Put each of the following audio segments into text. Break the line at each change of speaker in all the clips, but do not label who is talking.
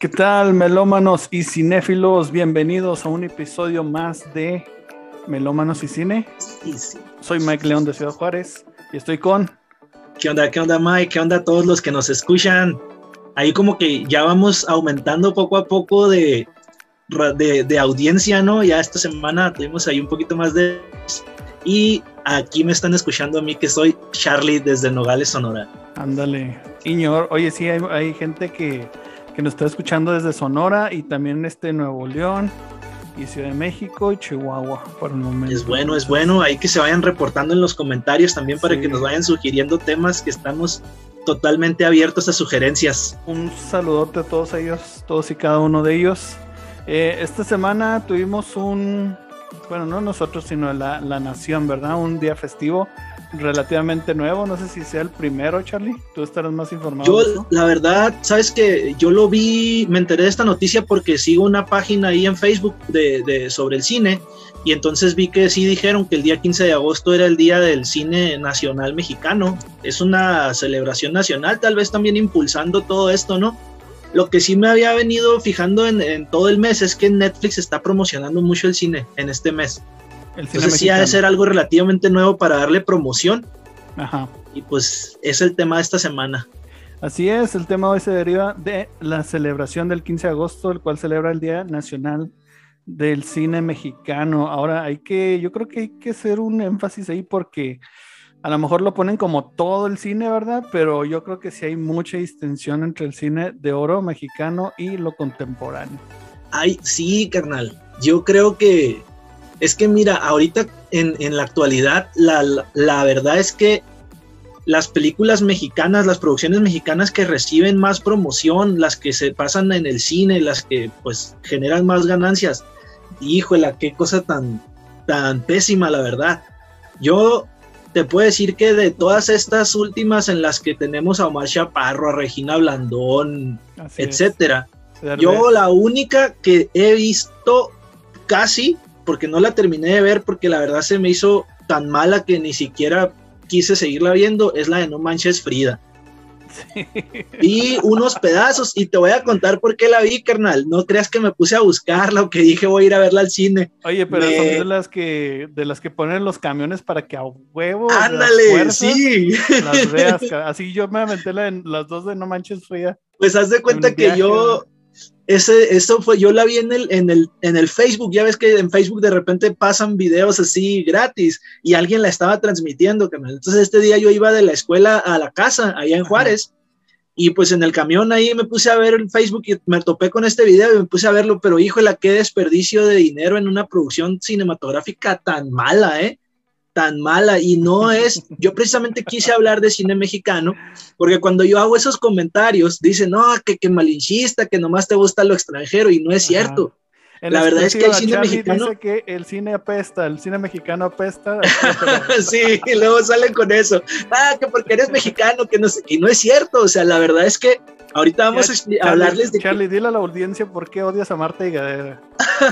tal, melómanos y cinéfilos? Bienvenidos a un episodio más de Melómanos y Cine. Soy Mike León de Ciudad Juárez y estoy con...
¿Qué onda, Mike? ¿Qué onda a todos los que nos escuchan? Ahí como que ya vamos aumentando poco a poco de audiencia, ¿no? Ya esta semana tuvimos ahí un poquito más de... Y aquí me están escuchando a mí, que soy Charlie desde Nogales, Sonora.
Ándale, Iñor. Oye, sí, hay gente que nos está escuchando desde Sonora y también Nuevo León y Ciudad de México y Chihuahua por el momento.
Es bueno, ahí que se vayan reportando en los comentarios también para que nos vayan sugiriendo temas, que estamos totalmente abiertos a sugerencias.
Un saludote a todos ellos, todos y cada uno de ellos. Esta semana tuvimos bueno, no nosotros, sino la nación, ¿verdad? Un día festivo relativamente nuevo, no sé si sea el primero, Charlie, tú estarás más informado.
Yo, la verdad, sabes que yo lo vi, me enteré de esta noticia porque sigo una página ahí en Facebook sobre el cine, y entonces vi que sí dijeron que el día 15 de agosto era el día del cine nacional mexicano. Es una celebración nacional, tal vez también impulsando todo esto, ¿no? Lo que sí me había venido fijando en todo el mes es que Netflix está promocionando mucho el cine en este mes. Entonces sí ha de ser algo relativamente nuevo para darle promoción.
Ajá.
Y pues es el tema de esta semana.
Así es, el tema hoy se deriva de la celebración del 15 de agosto, el cual celebra el Día Nacional del Cine Mexicano. Ahora yo creo que hay que hacer un énfasis ahí porque a lo mejor lo ponen como todo el cine, ¿verdad? Pero yo creo que sí hay mucha distinción entre el cine de oro mexicano y lo contemporáneo.
Ay, sí, carnal. Yo creo que es que mira, ahorita en la actualidad, la verdad es que las películas mexicanas, las producciones mexicanas que reciben más promoción, las que se pasan en el cine, las que pues generan más ganancias, híjole, qué cosa tan pésima, la verdad. Yo te puedo decir que de todas estas últimas en las que tenemos a Omar Chaparro, a Regina Blandón, etcétera, yo la única que he visto casi, porque no la terminé de ver porque la verdad se me hizo tan mala que ni siquiera quise seguirla viendo, es la de No Manches Frida. Sí. Y unos pedazos, y te voy a contar por qué la vi, carnal. No creas que me puse a buscarla o que dije voy a ir a verla al cine.
Oye, pero son de las que ponen los camiones para que a huevo.
Ándale,
fuerzas,
sí.
Las veas, así yo me aventé las dos de No Manches Frida.
Pues haz de cuenta que yo yo la vi en el Facebook. Ya ves que en Facebook de repente pasan videos así gratis y alguien la estaba transmitiendo, carnal. Entonces este día yo iba de la escuela a la casa allá en Juárez. Y pues en el camión ahí me puse a ver el Facebook y me topé con este video y me puse a verlo, pero híjole, qué desperdicio de dinero en una producción cinematográfica tan mala, tan mala. Y no es, yo precisamente quise hablar de cine mexicano, porque cuando yo hago esos comentarios, dicen, no, que malinchista, que nomás te gusta lo extranjero, y no es cierto. La verdad es que el cine mexicano
dice que el cine apesta, el cine mexicano apesta.
Sí, y luego salen con eso. Que porque eres mexicano, que no sé, y no es cierto. O sea, la verdad es que ahorita vamos a hablarles de
Charlie, dile a la audiencia por qué odias a Marta y Gadea.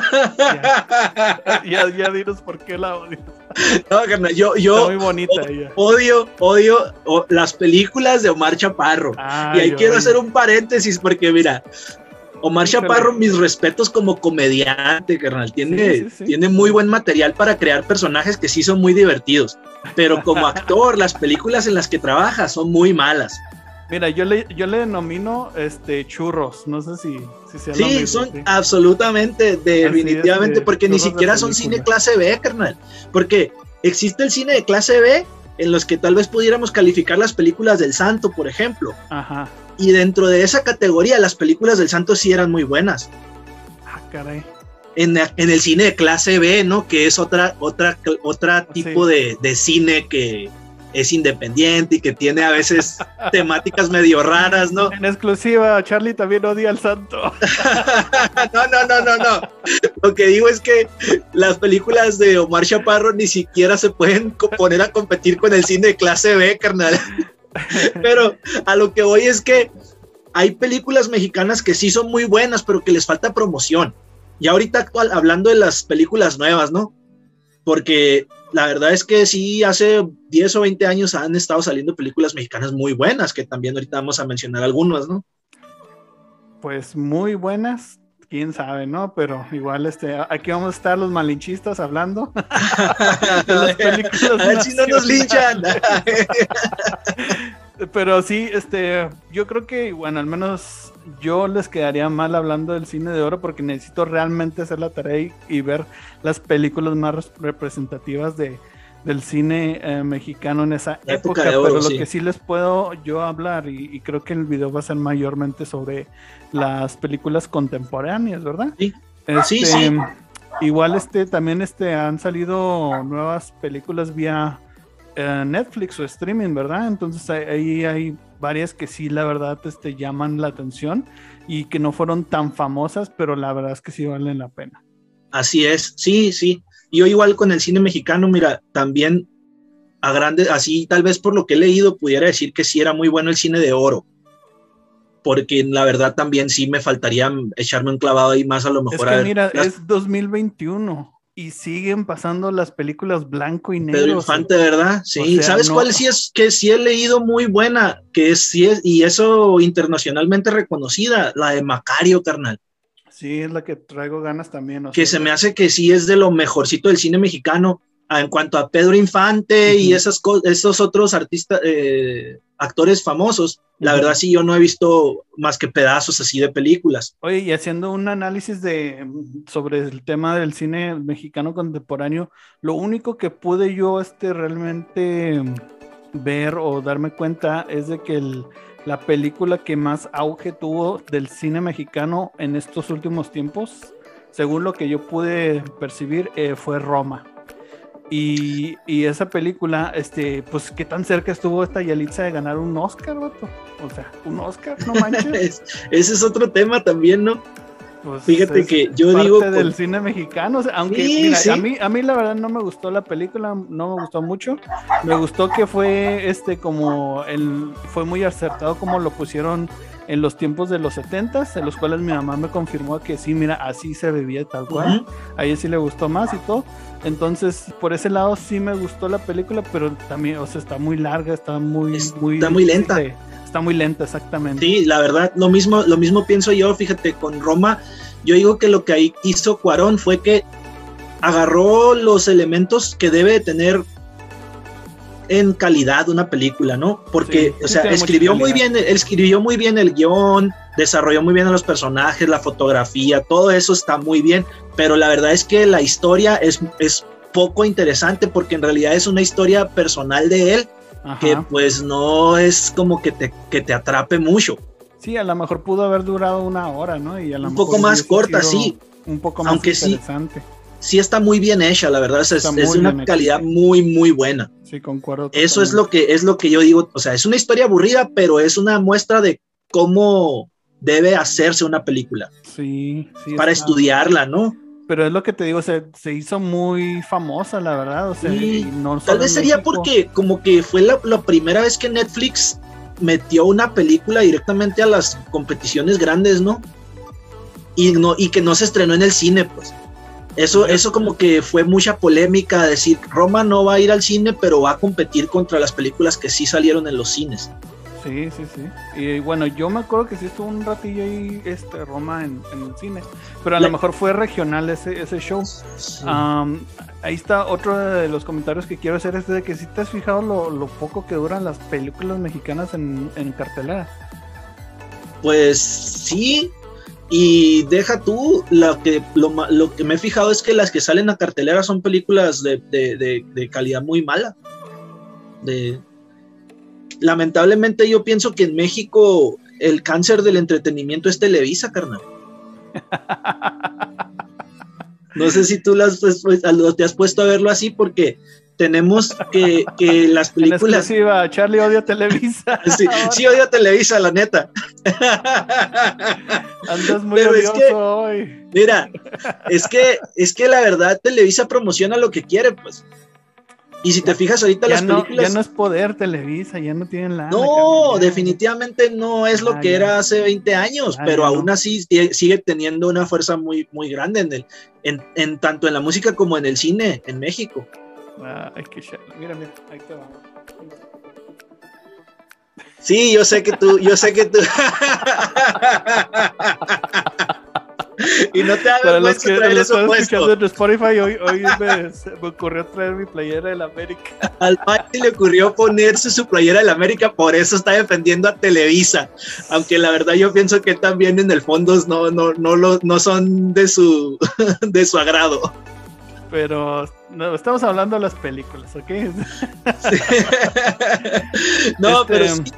ya dinos por qué la odias.
No, carnal, yo
está muy bonita ella.
Odio las películas de Omar Chaparro. Y ahí quiero hacer un paréntesis porque mira, Omar Chaparro, mis respetos como comediante, carnal. Tiene muy buen material para crear personajes que sí son muy divertidos. Pero como actor, las películas en las que trabaja son muy malas.
Mira, yo le denomino churros. No sé si sea
sí,
mismo,
son absolutamente, definitivamente, porque ni siquiera son cine clase B, carnal. Porque existe el cine de clase B en los que tal vez pudiéramos calificar las películas del Santo, por ejemplo.
Ajá.
Y dentro de esa categoría, las películas del Santo sí eran muy buenas.
Caray.
En el cine de clase B, ¿no? Que es otra tipo de cine que es independiente y que tiene a veces temáticas medio raras, ¿no?
En exclusiva, Charlie también odia al Santo.
No. Lo que digo es que las películas de Omar Chaparro ni siquiera se pueden poner a competir con el cine de clase B, carnal. Pero a lo que voy es que hay películas mexicanas que sí son muy buenas, pero que les falta promoción. Y ahorita hablando de las películas nuevas, ¿no? Porque la verdad es que sí, hace 10 o 20 años han estado saliendo películas mexicanas muy buenas, que también ahorita vamos a mencionar algunas, ¿no?
Pues muy buenas, quién sabe, ¿no? Pero igual aquí vamos a estar los malinchistas hablando de las películas
a ver si no nos linchan.
Pero sí, yo creo que, bueno, al menos yo les quedaría mal hablando del cine de oro porque necesito realmente hacer la tarea y ver las películas más representativas del cine mexicano en esa época,
de oro,
pero lo
sí.
que sí les puedo yo hablar, y creo que el video va a ser mayormente sobre las películas contemporáneas, ¿verdad?
Sí, sí.
Igual también han salido nuevas películas vía Netflix o streaming, ¿verdad? Entonces ahí hay varias que sí, la verdad, llaman la atención y que no fueron tan famosas, pero la verdad es que sí valen la pena.
Así es, sí. Yo igual con el cine mexicano, mira, también a grandes, así tal vez por lo que he leído, pudiera decir que sí era muy bueno el cine de oro, porque la verdad también sí me faltaría echarme un clavado ahí más a lo mejor.
Es que mira, es 2021 y siguen pasando las películas blanco y negro.
Pedro Infante, ¿verdad? Sí,
o sea,
¿sabes cuál sí es? Que sí he leído muy buena, sí es, y eso internacionalmente reconocida, la de Macario, carnal.
Sí, es la que traigo ganas también.
Que se me hace que sí es de lo mejorcito del cine mexicano en cuanto a Pedro Infante y esos otros artistas, actores famosos. La verdad sí, yo no he visto más que pedazos así de películas.
Oye, y haciendo un análisis sobre el tema del cine mexicano contemporáneo, lo único que pude yo realmente ver o darme cuenta es de que la película que más auge tuvo del cine mexicano en estos últimos tiempos, según lo que yo pude percibir, fue Roma. Y esa película, pues qué tan cerca estuvo esta Yalitza de ganar un Oscar, vato. O sea, un Oscar, no manches.
Ese es otro tema también, ¿no?
Pues
fíjate que yo
parte
digo
del cine mexicano, o sea, aunque
sí,
mira,
sí.
a mí la verdad no me gustó la película, no me gustó mucho. Me gustó que fue fue muy acertado como lo pusieron en los tiempos de los 70s, en los cuales mi mamá me confirmó que sí, mira, así se bebía tal cual. A ella sí le gustó más y todo. Entonces, por ese lado sí me gustó la película, pero también, o sea, está muy larga, está muy
lenta.
Está muy lenta, exactamente.
Sí, la verdad, lo mismo pienso yo, fíjate, con Roma. Yo digo que lo que ahí hizo Cuarón fue que agarró los elementos que debe tener en calidad una película, ¿no? Porque,
sí,
o sea, escribió muy bien el guión, desarrolló muy bien a los personajes, la fotografía, todo eso está muy bien, pero la verdad es que la historia es poco interesante porque en realidad es una historia personal de él. Ajá. Que pues no es como que te atrape mucho.
Sí, a lo mejor pudo haber durado 1 hora, ¿no? Y a lo
un poco más corta, sí.
Un poco más
aunque
interesante.
Sí está muy bien hecha, la verdad, es una calidad muy, muy buena.
Sí, concuerdo.
Eso es lo que yo digo, o sea, es una historia aburrida, pero es una muestra de cómo debe hacerse una película.
Sí.
Para estudiarla, ¿no?
Pero es lo que te digo, se hizo muy famosa, la verdad. O sea,
sí,
no
tal vez sería
México.
Porque como que fue la primera vez que Netflix metió una película directamente a las competiciones grandes, ¿no? Y que no se estrenó en el cine, pues. Eso como que fue mucha polémica, decir, Roma no va a ir al cine, pero va a competir contra las películas que sí salieron en los cines.
Sí. Y bueno, yo me acuerdo que sí estuvo un ratillo ahí Roma en el cine, pero a lo mejor fue regional ese show. Sí. Ahí está otro de los comentarios que quiero hacer, es de que si te has fijado lo poco que duran las películas mexicanas en cartelera.
Pues sí, y deja tú, lo que me he fijado es que las que salen a cartelera son películas de calidad muy mala. Lamentablemente yo pienso que en México el cáncer del entretenimiento es Televisa, carnal. No sé si tú te has puesto a verlo así, porque tenemos que las películas...
En exclusiva, Charlie odia Televisa.
sí odia Televisa, la neta.
Andas muy odioso hoy.
Mira, es que la verdad Televisa promociona lo que quiere, pues. Y si te fijas ahorita las películas...
Ya no es poder Televisa, ya no tienen lana.
No, definitivamente no es lo que era hace 20 años, pero aún así sigue teniendo una fuerza muy, muy grande en tanto en la música como en el cine en México.
Mira, ahí te va.
Sí, yo sé que tú. Y no te hagas
los que
traer
lo
eso
están
puesto.
escuchando en Spotify, hoy me ocurrió traer mi playera del América.
Al Mike le ocurrió ponerse su playera del América, por eso está defendiendo a Televisa. Aunque la verdad yo pienso que también en el fondo no son de su agrado.
Pero no, estamos hablando de las películas, ¿ok?
Sí. No, pero sí.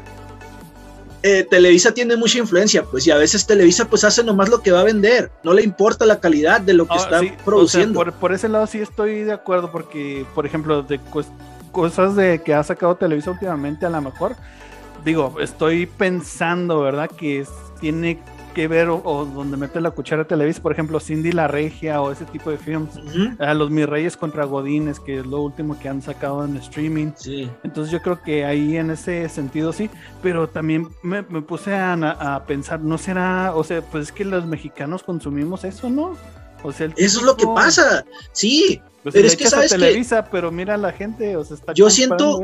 Televisa tiene mucha influencia, pues, y a veces Televisa pues hace nomás lo que va a vender, no le importa la calidad de lo que está produciendo.
O sea, por ese lado sí estoy de acuerdo, porque, por ejemplo, de cosas de que ha sacado Televisa últimamente, a lo mejor, digo, estoy pensando, ¿verdad? Que tiene que ver o donde mete la cuchara Televisa, por ejemplo, Cindy la Regia o ese tipo de films, los Mis Reyes contra Godines, que es lo último que han sacado en streaming.
Sí.
Entonces yo creo que ahí en ese sentido sí, pero también me puse a pensar, ¿no será? O sea, pues es que los mexicanos consumimos eso, ¿no? O sea,
eso es lo que pasa, sí,
pues
pero es que sabes
Televisa, pero mira la gente, o sea, está
yo siento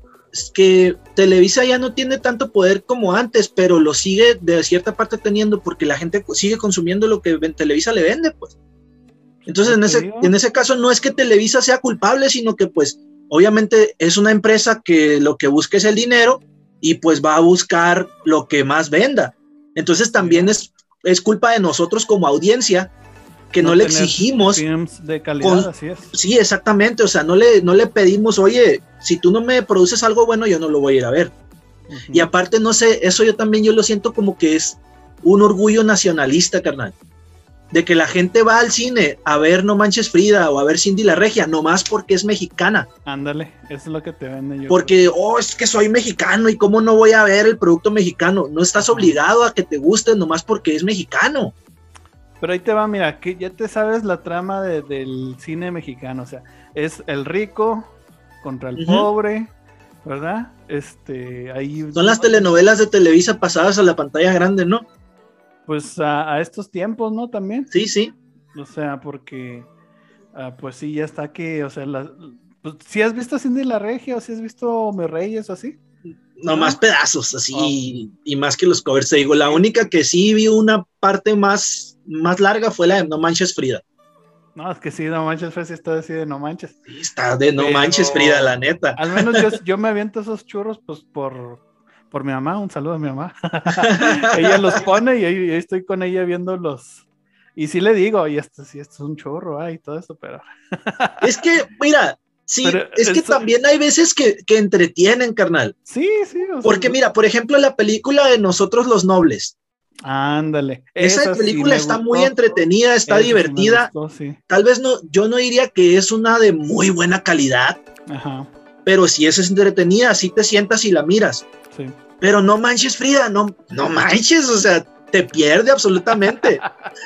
que Televisa ya no tiene tanto poder como antes, pero lo sigue de cierta parte teniendo, porque la gente sigue consumiendo lo que Televisa le vende, pues. Entonces, en ese caso no es que Televisa sea culpable, sino que pues obviamente es una empresa que lo que busca es el dinero y pues va a buscar lo que más venda. Entonces también es culpa de nosotros como audiencia, que no le exigimos
films de calidad, así es.
Sí, exactamente, o sea, no le pedimos, oye, si tú no me produces algo bueno, yo no lo voy a ir a ver. Y aparte, no sé, eso yo lo siento como que es un orgullo nacionalista, carnal, de que la gente va al cine a ver No Manches Frida o a ver Cindy la Regia, nomás porque es mexicana.
Ándale, eso es lo que te venden.
Porque, es que soy mexicano y cómo no voy a ver el producto mexicano. No estás obligado a que te guste nomás porque es mexicano.
Pero ahí te va, mira, que ya te sabes la trama del cine mexicano, o sea, es el rico contra el pobre, ¿verdad? Ahí
son las telenovelas de Televisa pasadas a la pantalla grande, ¿no?
Pues a estos tiempos, ¿no? También.
Sí, sí.
O sea, porque, pues sí, ya está que, o sea, pues, ¿sí has visto Cindy la Regia o si has visto Mis Reyes o así?
No, más pedazos, así, y más que los covers, te digo, la única que sí vi una parte más larga fue la de No Manches Frida.
No, es que sí, No Manches Frida sí está así de No Manches.
Sí, está de No Manches Frida, la neta.
Al menos yo me aviento esos churros, pues, por mi mamá, un saludo a mi mamá. Ella los pone y ahí estoy con ella viendo los... Y sí le digo, y esto es un churro, y todo esto, pero...
Es que, mira... Sí, pero es que también hay veces que entretienen, carnal.
Sí.
Porque mira, por ejemplo, la película de Nosotros los Nobles.
Ándale.
Esa película está muy entretenida, está divertida.
Sí gustó, sí.
Tal vez yo no diría que es una de muy buena calidad.
Ajá.
Pero si es entretenida, así te sientas y la miras.
Sí.
Pero No Manches Frida, no manches, o sea, te pierde absolutamente.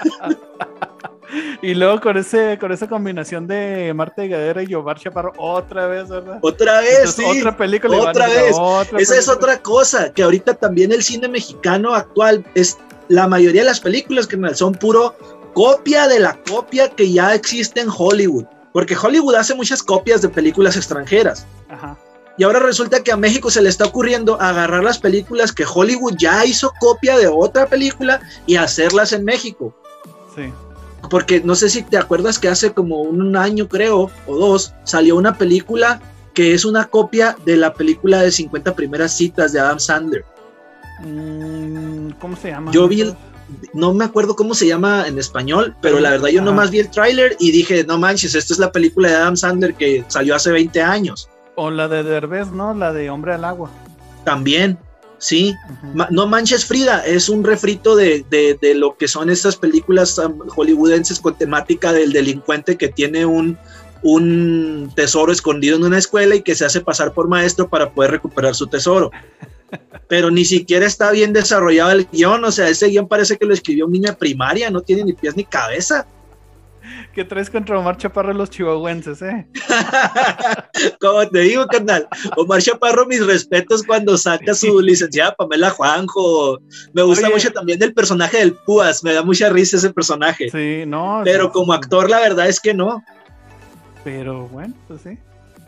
Y luego con esa combinación de Marta Higadera y Omar Chaparro, otra vez, ¿verdad?
Otra vez,
entonces,
sí.
Otra película.
Otra vez. Esa es otra cosa, que ahorita también el cine mexicano actual, la mayoría de las películas que son puro copia de la copia que ya existe en Hollywood. Porque Hollywood hace muchas copias de películas extranjeras.
Ajá.
Y ahora resulta que a México se le está ocurriendo agarrar las películas que Hollywood ya hizo copia de otra película y hacerlas en México.
Sí.
Porque no sé si te acuerdas que hace como un año, creo, o 2, salió una película que es una copia de la película de 50 primeras citas de Adam Sandler.
¿Cómo se llama?
Yo no me acuerdo cómo se llama en español, pero la verdad yo nomás vi el tráiler y dije, no manches, esta es la película de Adam Sandler que salió hace 20 años.
O la de Derbez, ¿no? La de Hombre al Agua. También.
Sí, No Manches Frida es un refrito de lo que son estas películas hollywoodenses con temática del delincuente que tiene un tesoro escondido en una escuela y que se hace pasar por maestro para poder recuperar su tesoro. Pero ni siquiera está bien desarrollado el guión, o sea, ese guión parece que lo escribió un niño de primaria, no tiene ni pies ni cabeza.
¿Qué traes contra Omar Chaparro y los chihuahuenses,
Como te digo, carnal, Omar Chaparro, mis respetos cuando saca su licenciada Pamela Juanjo. Me gusta mucho también el personaje del Púas, me da mucha risa ese personaje.
Sí, no.
Pero como actor, la verdad es que no.
Pero bueno, pues sí.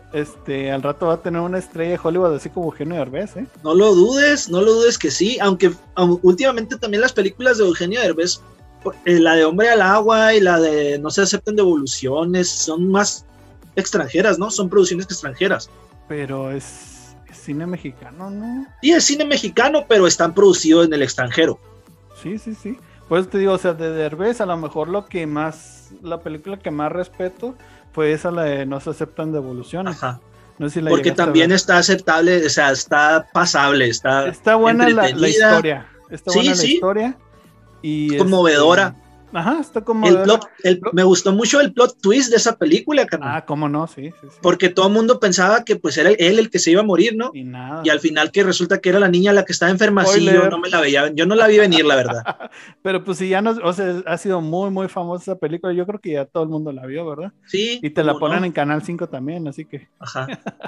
al rato va a tener una estrella de Hollywood así como Eugenio Derbez, ¿eh?
No lo dudes que sí, aunque últimamente también las películas de Eugenio Derbez, la de Hombre al Agua y la de No se aceptan devoluciones, son más extranjeras, ¿no? Son producciones extranjeras.
Pero es cine mexicano, ¿no?
Sí, es cine mexicano, pero están producidos en el extranjero.
Sí. Por eso te digo, o sea, de Derbez a lo mejor la película que más respeto fue esa, la de No se aceptan devoluciones.
Ajá.
No sé si la
Porque también está aceptable, o sea, está pasable,
está buena la historia. Está buena la historia. Y
conmovedora.
Ajá, está conmovedora.
Me gustó mucho el plot twist de esa película, carnal.
Ah, cómo no, sí.
Porque todo el mundo pensaba que pues era él el que se iba a morir, ¿no?
Y nada.
Y al final que resulta que era la niña la que estaba enferma. Sí, yo no me la veía, yo no la vi venir, la verdad.
Pero pues si ya no, o sea, ha sido muy, muy famosa esa película. Yo creo que ya todo el mundo la vio, ¿verdad?
Sí.
Y te la ponen en Canal 5 también, así que.
Ajá.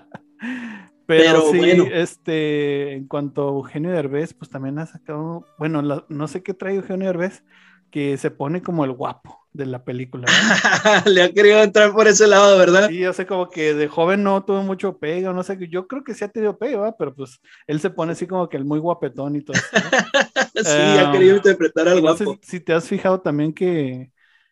Pero sí,
bueno.
En cuanto a Eugenio Derbez, pues también ha sacado, bueno, no sé qué trae Eugenio Derbez, que se pone como el guapo de la película, ¿verdad?
Le ha querido entrar por ese lado, ¿verdad?
Sí, yo sé como que de joven no tuvo mucho pego, no sé, yo creo que sí ha tenido pego, ¿verdad? Pero pues él se pone así como que el muy guapetón y todo eso, ¿no?
Sí, ha querido interpretar al guapo.
No sé si te has fijado también que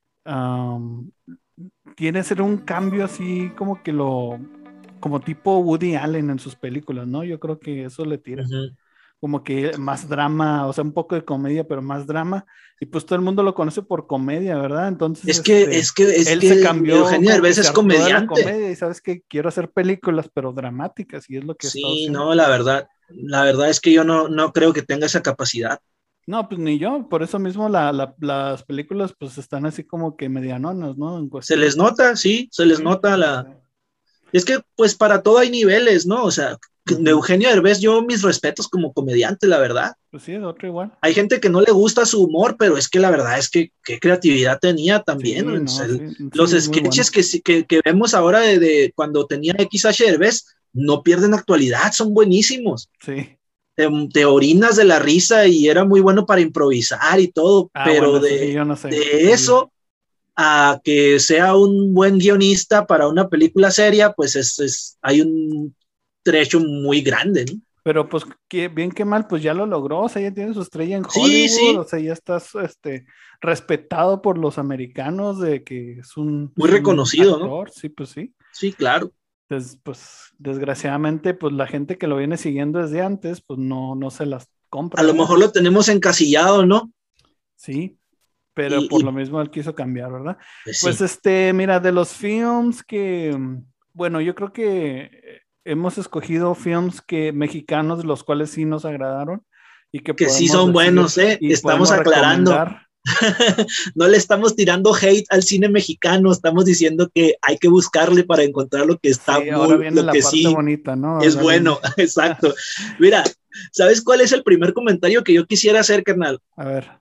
tiene que ser un cambio así como que como tipo Woody Allen en sus películas, ¿no? Yo creo que eso le tira. Uh-huh. Como que más drama, o sea, un poco de comedia, pero más drama. Y pues todo el mundo lo conoce por comedia, ¿verdad? Entonces,
es que
él se cambió.
Eugenio Derbez es comediante.
Comedia, y sabes que quiero hacer películas, pero dramáticas, y es lo que
sí, no, la verdad es que yo no creo que tenga esa capacidad.
No, pues ni yo, por eso mismo las películas pues están así como que medianonas, ¿no?
Se les nota, sí, se les nota la... Es que pues para todo hay niveles, ¿no? O sea, de Eugenio Derbez yo mis respetos como comediante, la verdad.
Pues sí, es otro igual.
Hay gente que no le gusta su humor, pero es que la verdad es que qué creatividad tenía también. Sí, los sketches bueno. que vemos ahora de cuando tenía XH Derbez no pierden actualidad, son buenísimos.
Sí.
Te orinas de la risa y era muy bueno para improvisar y todo, pero
bueno, sí, yo no sé.
de eso a que sea un buen guionista para una película seria, pues hay un trecho muy grande, ¿no?
Pero pues bien que mal, pues ya lo logró, o sea, ya tiene su estrella en Hollywood, sí. O sea, ya estás respetado por los americanos de que es un
muy reconocido, actor, ¿no?
Sí, pues sí.
Sí, claro.
Pues desgraciadamente, pues la gente que lo viene siguiendo desde antes, pues no se las compra.
A lo mejor lo tenemos encasillado, ¿no?
Sí, pero por lo mismo él quiso cambiar, ¿verdad? Pues mira, de los films que, bueno, yo creo que hemos escogido films mexicanos, los cuales sí nos agradaron y que
sí son buenos, estamos aclarando. No le estamos tirando hate al cine mexicano, estamos diciendo que hay que buscarle para encontrar lo que está
ahora viene la parte bonita, ¿no?
Es bueno, exacto. Mira, ¿sabes cuál es el primer comentario que yo quisiera hacer, carnal?
A ver.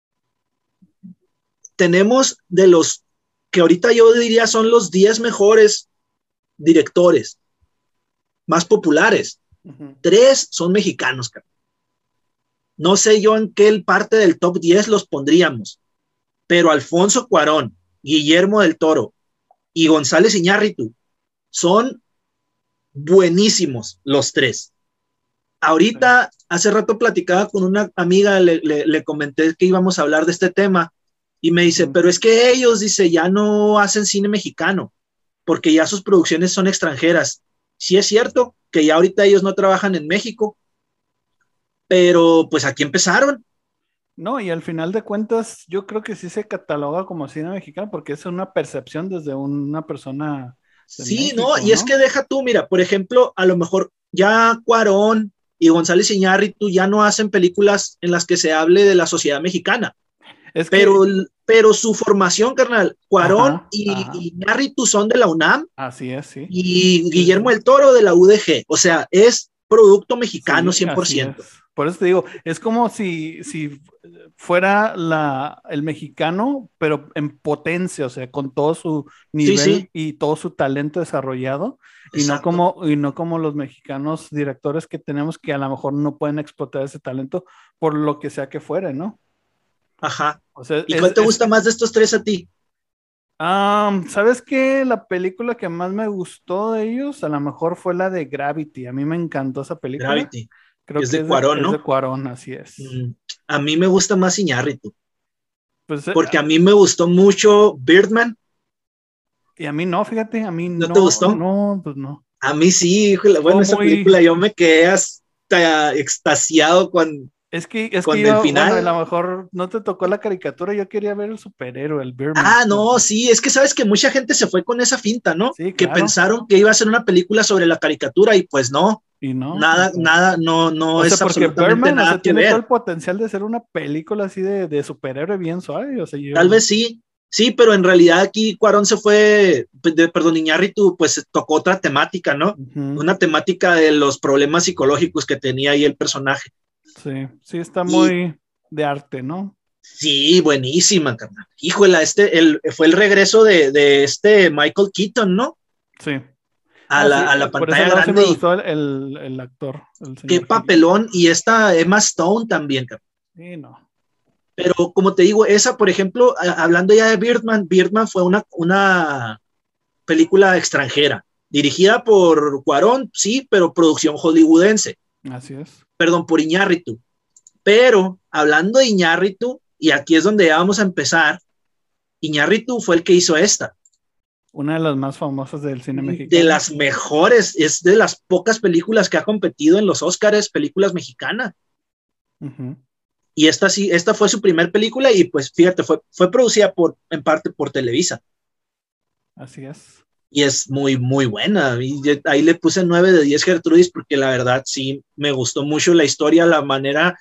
Tenemos de los que ahorita yo diría son los 10 mejores directores más populares. 3 son mexicanos, carnal. No sé yo en qué parte del top 10 los pondríamos, pero Alfonso Cuarón, Guillermo del Toro y González Iñárritu son buenísimos los 3. Ahorita, hace rato platicaba con una amiga, le comenté que íbamos a hablar de este tema y me dice, pero es que ellos, dice, ya no hacen cine mexicano porque ya sus producciones son extranjeras. Sí es cierto que ya ahorita ellos no trabajan en México, pero pues aquí empezaron.
No, y al final de cuentas, yo creo que sí se cataloga como cine mexicano porque es una percepción desde una persona.
Sí, México, ¿no? Y es que deja tú, mira, por ejemplo, a lo mejor ya Cuarón y González Iñárritu ya no hacen películas en las que se hable de la sociedad mexicana. Pero su formación, carnal, Cuarón y Iñárritu son de la UNAM.
Así es, sí.
Y Guillermo del Toro de la UDG. O sea, es producto mexicano, sí, 100%.
Por eso te digo, es como si fuera el mexicano, pero en potencia, o sea, con todo su nivel y todo su talento desarrollado, y no como los mexicanos directores que tenemos que a lo mejor no pueden explotar ese talento por lo que sea que fuere, ¿no?
Ajá. O sea, ¿y cuál te gusta más de estos 3 a ti?
¿Sabes qué? La película que más me gustó de ellos, a lo mejor fue la de Gravity. A mí me encantó esa película.
Gravity, que
Creo
es
que
de Cuarón,
es de
¿no?
Cuarón, así es.
Mm, a mí me gusta más Iñárritu,
Pues,
porque a mí me gustó mucho Birdman.
y a mí no, fíjate, a mí
¿No te
no,
gustó?
no, pues no.
A mí sí, híjole, bueno,
Estuvo
esa
muy,
película yo me quedé hasta extasiado
es que
con el
yo, bueno, a lo
final.
mejor no te tocó la caricatura, yo quería ver el superhéroe, el Birdman.
Ah, no, sí, es que sabes que mucha gente se fue con esa finta, ¿no?
Sí,
Que
claro.
pensaron que iba a ser una película sobre la caricatura y pues no,
Y no, o
nada,
sea,
nada, no,
o
no
sea,
es
porque
absolutamente
Birdman, o
nada
sea,
que
tiene todo
ver.
el potencial de ser una película así de superhéroe bien suave, o sea,
Tal
yo,
vez sí, sí, pero en realidad aquí Cuarón se fue, perdón, Iñárritu, pues tocó otra temática, ¿no?
ujú,
Una temática de los problemas psicológicos que tenía ahí el personaje.
sí, sí está
Y
muy de arte, ¿no?
sí, buenísima, carnal. Híjole, fue el regreso de este Michael Keaton, ¿no?
Sí.
A
No,
la,
sí,
a la
por ese
pantalla
lado sí
grande
me
y
gustó el actor, el
qué
señor Keaton.
papelón. Y esta Emma Stone también, carnal.
Sí, no.
Pero como te digo, esa, por ejemplo, hablando ya de Birdman, Birdman fue una película extranjera, dirigida por Cuarón, sí, pero producción hollywoodense,
Así es.
perdón, por Iñárritu. Pero hablando de Iñárritu, y aquí es donde ya vamos a empezar, Iñárritu fue el que hizo esta,
Una de las más famosas del cine
de
mexicano.
las mejores, es de las pocas películas que ha competido en los Oscars, películas mexicanas.
Ujú,
Y esta sí, esta fue su primer película y pues fíjate, fue producida en parte por Televisa.
así es.
Y es muy, muy buena. Y ahí le puse 9 de 10 Gertrudis porque la verdad sí me gustó mucho la historia, la manera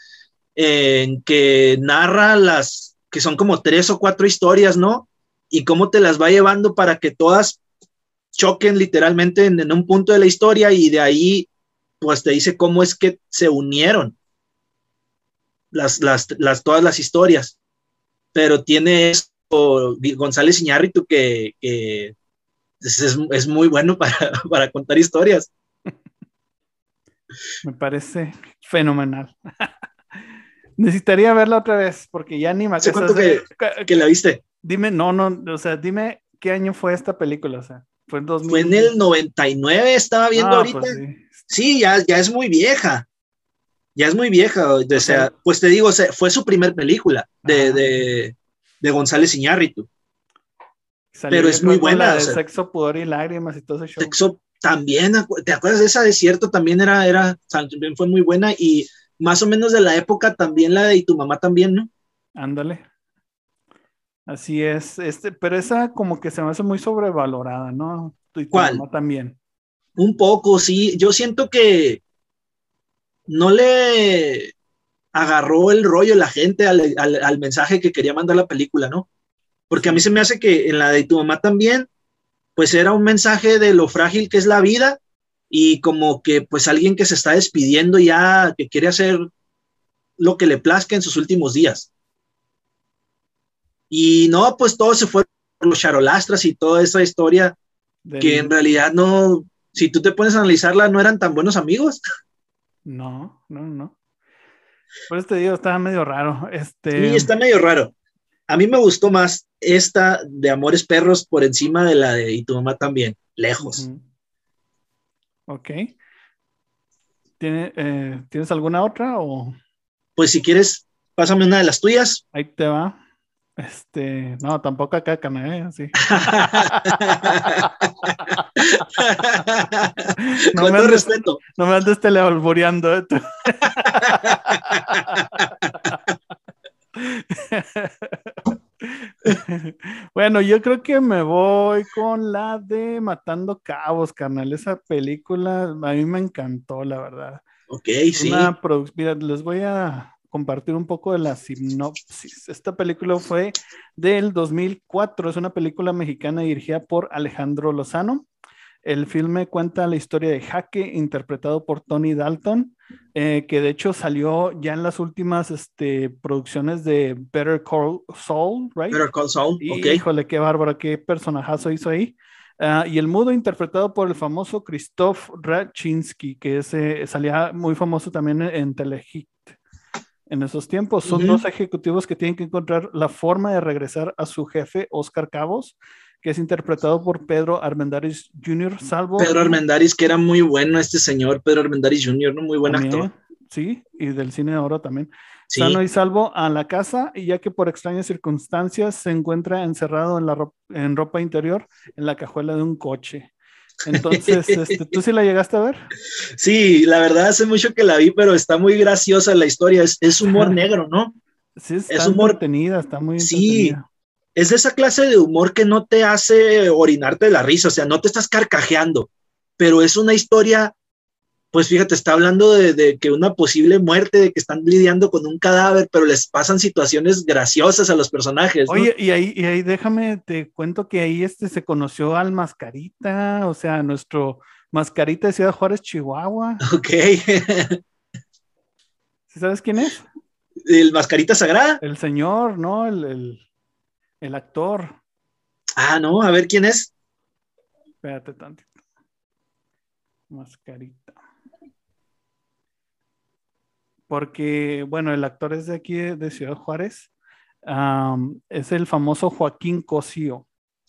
en que narra que son como 3 o 4 historias, ¿no? Y cómo te las va llevando para que todas choquen literalmente en un punto de la historia y de ahí pues te dice cómo es que se unieron todas las historias. Pero tiene esto González Iñárritu que es muy bueno para contar historias.
Me parece fenomenal. Necesitaría verla otra vez porque ya ni me
¿Hace
acuerdo.
cuánto que la viste?
Dime, no, o sea, dime qué año fue esta película, o sea, fue en
Fue en
2000.
el 99, estaba viendo
Ah,
ahorita.
pues sí.
Sí, ya es muy vieja. Ya es muy vieja. O
O sea,
sea, pues te digo, o sea, fue su primer película
ajá.
de González Iñárritu.
Salió
Pero
yo
es muy
creo con la
buena. O
de
sea,
Sexo, Pudor y Lágrimas y todo ese show.
Sexo también, ¿te acuerdas de esa Desierto? También también fue muy buena y más o menos de la época también la de Y tu mamá también, ¿no?
Ándale. Así es. Pero esa como que se me hace muy sobrevalorada, ¿no? Y tu
¿Cuál?
mamá también.
Un poco, sí. Yo siento que no le agarró el rollo la gente al mensaje que quería mandar la película, ¿no? Porque a mí
Sí.
se me hace que en la de Tu mamá también, pues era un mensaje de lo frágil que es la vida y como que pues alguien que se está despidiendo ya, que quiere hacer lo que le plazca en sus últimos días. Y no, pues todo se fue por los charolastras y toda esa historia que en
Del...
realidad no, si tú te pones a analizarla, no eran tan buenos amigos.
No. Por eso te digo, estaba medio raro.
Sí, está medio raro. A mí me gustó más esta de Amores Perros por encima de la de Y tu mamá también, lejos.
Ujú, ok. ¿Tienes alguna otra o
Pues si quieres, pásame una de las tuyas.
ahí te va? No, tampoco acá, cana, sí. No
Con
me
todo
andes,
respeto.
no me andes telealboreando, tú. Bueno, yo creo que me voy con la de Matando Cabos, carnal. Esa película a mí me encantó, la verdad.
Ok,
Es
sí.
una producción. Mira, les voy a compartir un poco de la sinopsis. Esta película fue del 2004. Es una película mexicana dirigida por Alejandro Lozano. El filme cuenta la historia de Jaque, interpretado por Tony Dalton, que de hecho salió ya en las últimas producciones de Better Call Saul, ¿right?
Better Call Saul, ok.
Y híjole, qué bárbaro, qué personajazo hizo ahí. Y el mudo interpretado por el famoso Krzysztof Raczynski, que salía muy famoso también en Telehit. En esos tiempos son dos
Ujú.
ejecutivos que tienen que encontrar la forma de regresar a su jefe, Oscar Cabos, que es interpretado por Pedro Armendáriz Jr. Salvo.
Pedro Armendáriz, que era muy bueno este señor, Pedro Armendáriz Jr., ¿no? Muy buen
también,
actor.
Sí, y del cine de oro también.
Sí.
Sano y salvo a la casa, y ya que por extrañas circunstancias se encuentra encerrado en ropa interior en la cajuela de un coche. Entonces, ¿tú sí la llegaste a ver?
Sí, la verdad hace mucho que la vi, pero está muy graciosa la historia. Es humor negro, ¿no?
Sí, está
es humor
entretenida, está muy
sí,
entretenida.
Es de esa clase de humor que no te hace orinarte de la risa, o sea, no te estás carcajeando, pero es una historia, pues fíjate, está hablando de que una posible muerte, de que están lidiando con un cadáver, pero les pasan situaciones graciosas a los personajes, ¿no?
Oye, y ahí déjame, te cuento que ahí se conoció al Mascarita, o sea, nuestro Mascarita de Ciudad Juárez, Chihuahua.
Ok.
¿Sí sabes quién es?
¿El Mascarita Sagrada?
El señor, ¿no? El actor.
Ah, no, a ver quién es.
Espérate tantito. Mascarita. Porque, bueno, el actor es de aquí, de Ciudad Juárez. Es el famoso Joaquín Cosío.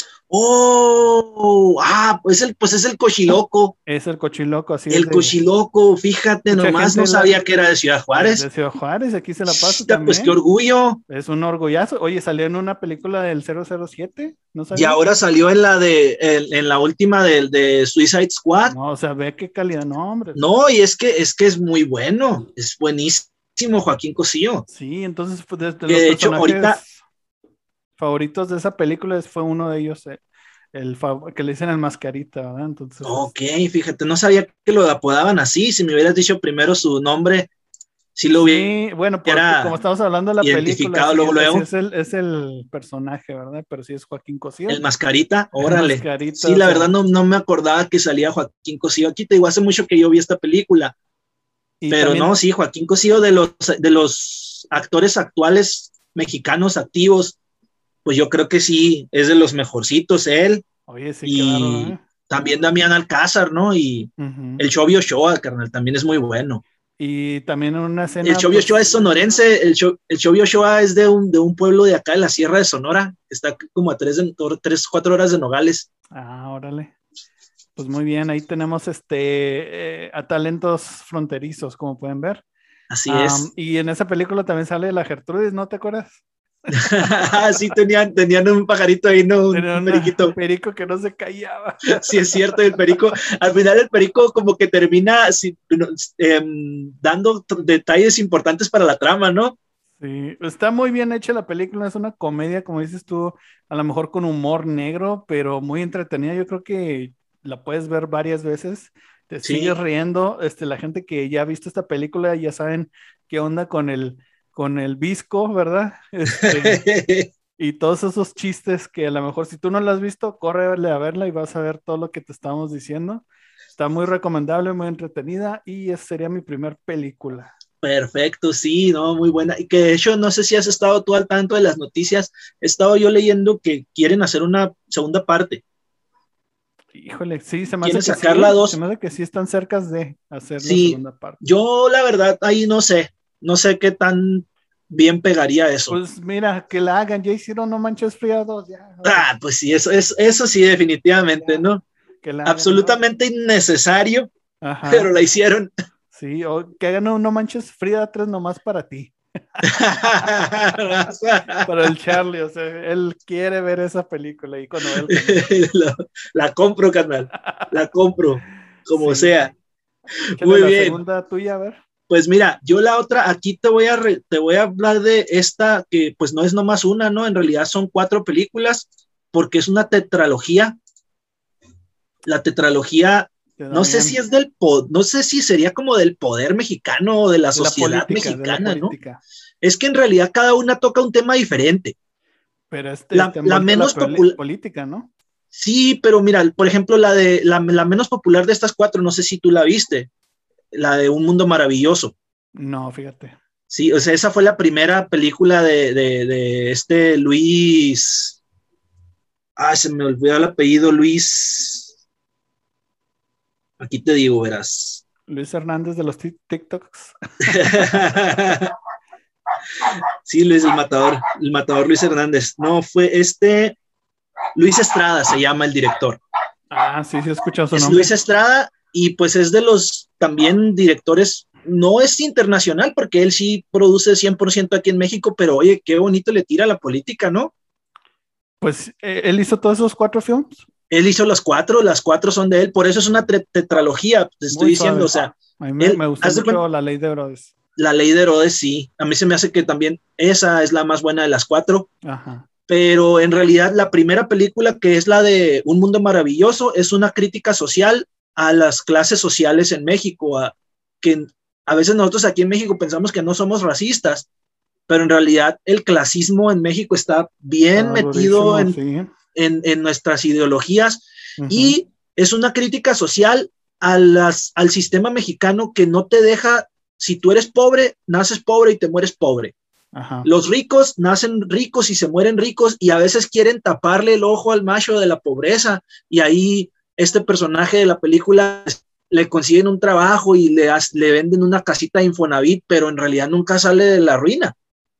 Oh, pues es el cochiloco.
Es el cochiloco, así
el cochiloco, fíjate, nomás no sabía que era de Ciudad Juárez.
De Ciudad Juárez, aquí se la pasa
también. Pues qué orgullo.
Es un orgullazo. Oye, salió en una película del 007, ¿no sabía?
Y ahora salió en la última de Suicide Squad.
No, o sea, ve qué calidad, no, hombre.
No, y es que es muy bueno, es buenísimo Joaquín Cosío.
Sí, entonces pues, desde
los de hecho, ahorita
favoritos de esa película fue uno de ellos, que le dicen el Mascarita, ¿verdad? Entonces,
ok, fíjate, no sabía que lo apodaban así. Si me hubieras dicho primero su nombre, sí lo hubiera.
Sí, bueno, como estamos hablando de la película,
luego.
Es el personaje, ¿verdad? Pero sí es Joaquín Cosío.
El Mascarita, órale. Sí, la verdad no me acordaba que salía Joaquín Cosío. Aquí te digo, hace mucho que yo vi esta película. Pero también, no, sí, Joaquín Cosío de los actores actuales mexicanos activos, pues yo creo que sí, es de los mejorcitos él.
Oye, sí,
y
claro,
también Damián Alcázar, ¿no? Y el Chovy Ochoa, carnal, también es muy bueno.
Y también en una escena...
El Chovy Ochoa es sonorense, el Chovy Ochoa es de un pueblo de acá, de la Sierra de Sonora, está como a 3-4 horas de Nogales.
Ah, órale. Pues muy bien, ahí tenemos a talentos fronterizos, como pueden ver.
Así es.
Y en esa película también sale la Gertrudis, ¿no te acuerdas?
Sí, tenían un pajarito ahí, ¿no? Un periquito.
Un perico que no se callaba.
Sí, es cierto, el perico, al final el perico como que termina dando detalles importantes para la trama, ¿no?
Sí, está muy bien hecha la película, es una comedia, como dices tú, a lo mejor con humor negro, pero muy entretenida. Yo creo que la puedes ver varias veces, te sigues riendo. La gente que ya ha visto esta película ya saben qué onda con el visco, ¿verdad? Y todos esos chistes que a lo mejor si tú no la has visto, córrele a verla y vas a ver todo lo que te estamos diciendo. Está muy recomendable, muy entretenida y esa sería mi primer película.
Perfecto, sí, no, muy buena. Y que de hecho, no sé si has estado tú al tanto de las noticias, he estado yo leyendo que quieren hacer una segunda parte.
Híjole, sí, se me hace que
sacar la 2.
Se me hace que sí están cerca de hacer la segunda parte.
Yo la verdad ahí no sé qué tan bien pegaría eso.
Pues mira, que la hagan, ya hicieron No Manches Frida 2, ya.
Pues sí, eso sí, definitivamente, ya, ¿no? Absolutamente innecesario, pero la hicieron.
Sí, o que hagan No Manches Frida 3 nomás para ti. Para el Charlie, o sea, él quiere ver esa película y cuando él
la compro, carnal, la compro, como sea.
Échale muy bien. La segunda tuya, a ver.
Pues mira, yo la otra, aquí te voy a hablar de esta, que pues no es nomás una, ¿no? En realidad son 4 películas, porque es una tetralogía. La tetralogía, no sé si es no sé si sería como del poder mexicano o de la sociedad mexicana, ¿no? Es que en realidad cada una toca un tema diferente.
Pero
la menos popular
política, ¿no?
Sí, pero mira, por ejemplo, la menos popular de estas 4, no sé si tú la viste, la de Un Mundo Maravilloso.
No, fíjate.
Sí, o sea, esa fue la primera película de Luis. Se me olvidó el apellido, Luis. Aquí te digo, verás.
Luis Hernández de los TikToks.
Sí, Luis, el matador Luis Hernández. No, fue Luis Estrada se llama el director.
Ah, sí, sí he escuchado su
Es
nombre.
Luis Estrada y pues es de los también directores, no es internacional porque él sí produce 100% aquí en México, pero oye, qué bonito le tira a la política, ¿no?
Pues él hizo todos esos 4 films.
Él hizo las cuatro son de él, por eso es una tetralogía, te estoy
Muy
diciendo,
suave.
o sea,
A mí
él,
me gustó
haz de
mucho
cuenta,
La Ley de Herodes.
La Ley de Herodes, sí, a mí se me hace que también esa es la más buena de las cuatro,
Ajá.
pero en realidad la primera película, que es la de Un Mundo Maravilloso, es una crítica social a las clases sociales en México, que a veces nosotros aquí en México pensamos que no somos racistas, pero en realidad el clasismo en México está bien
Está
metido
durísimo, sí.
en nuestras ideologías
Ujú.
y es una crítica social al sistema mexicano que no te deja, si tú eres pobre, naces pobre y te mueres pobre.
Ajá.
Los ricos nacen ricos y se mueren ricos y a veces quieren taparle el ojo al macho de la pobreza y ahí este personaje de la película le consiguen un trabajo y le venden una casita de Infonavit, pero en realidad nunca sale de la ruina.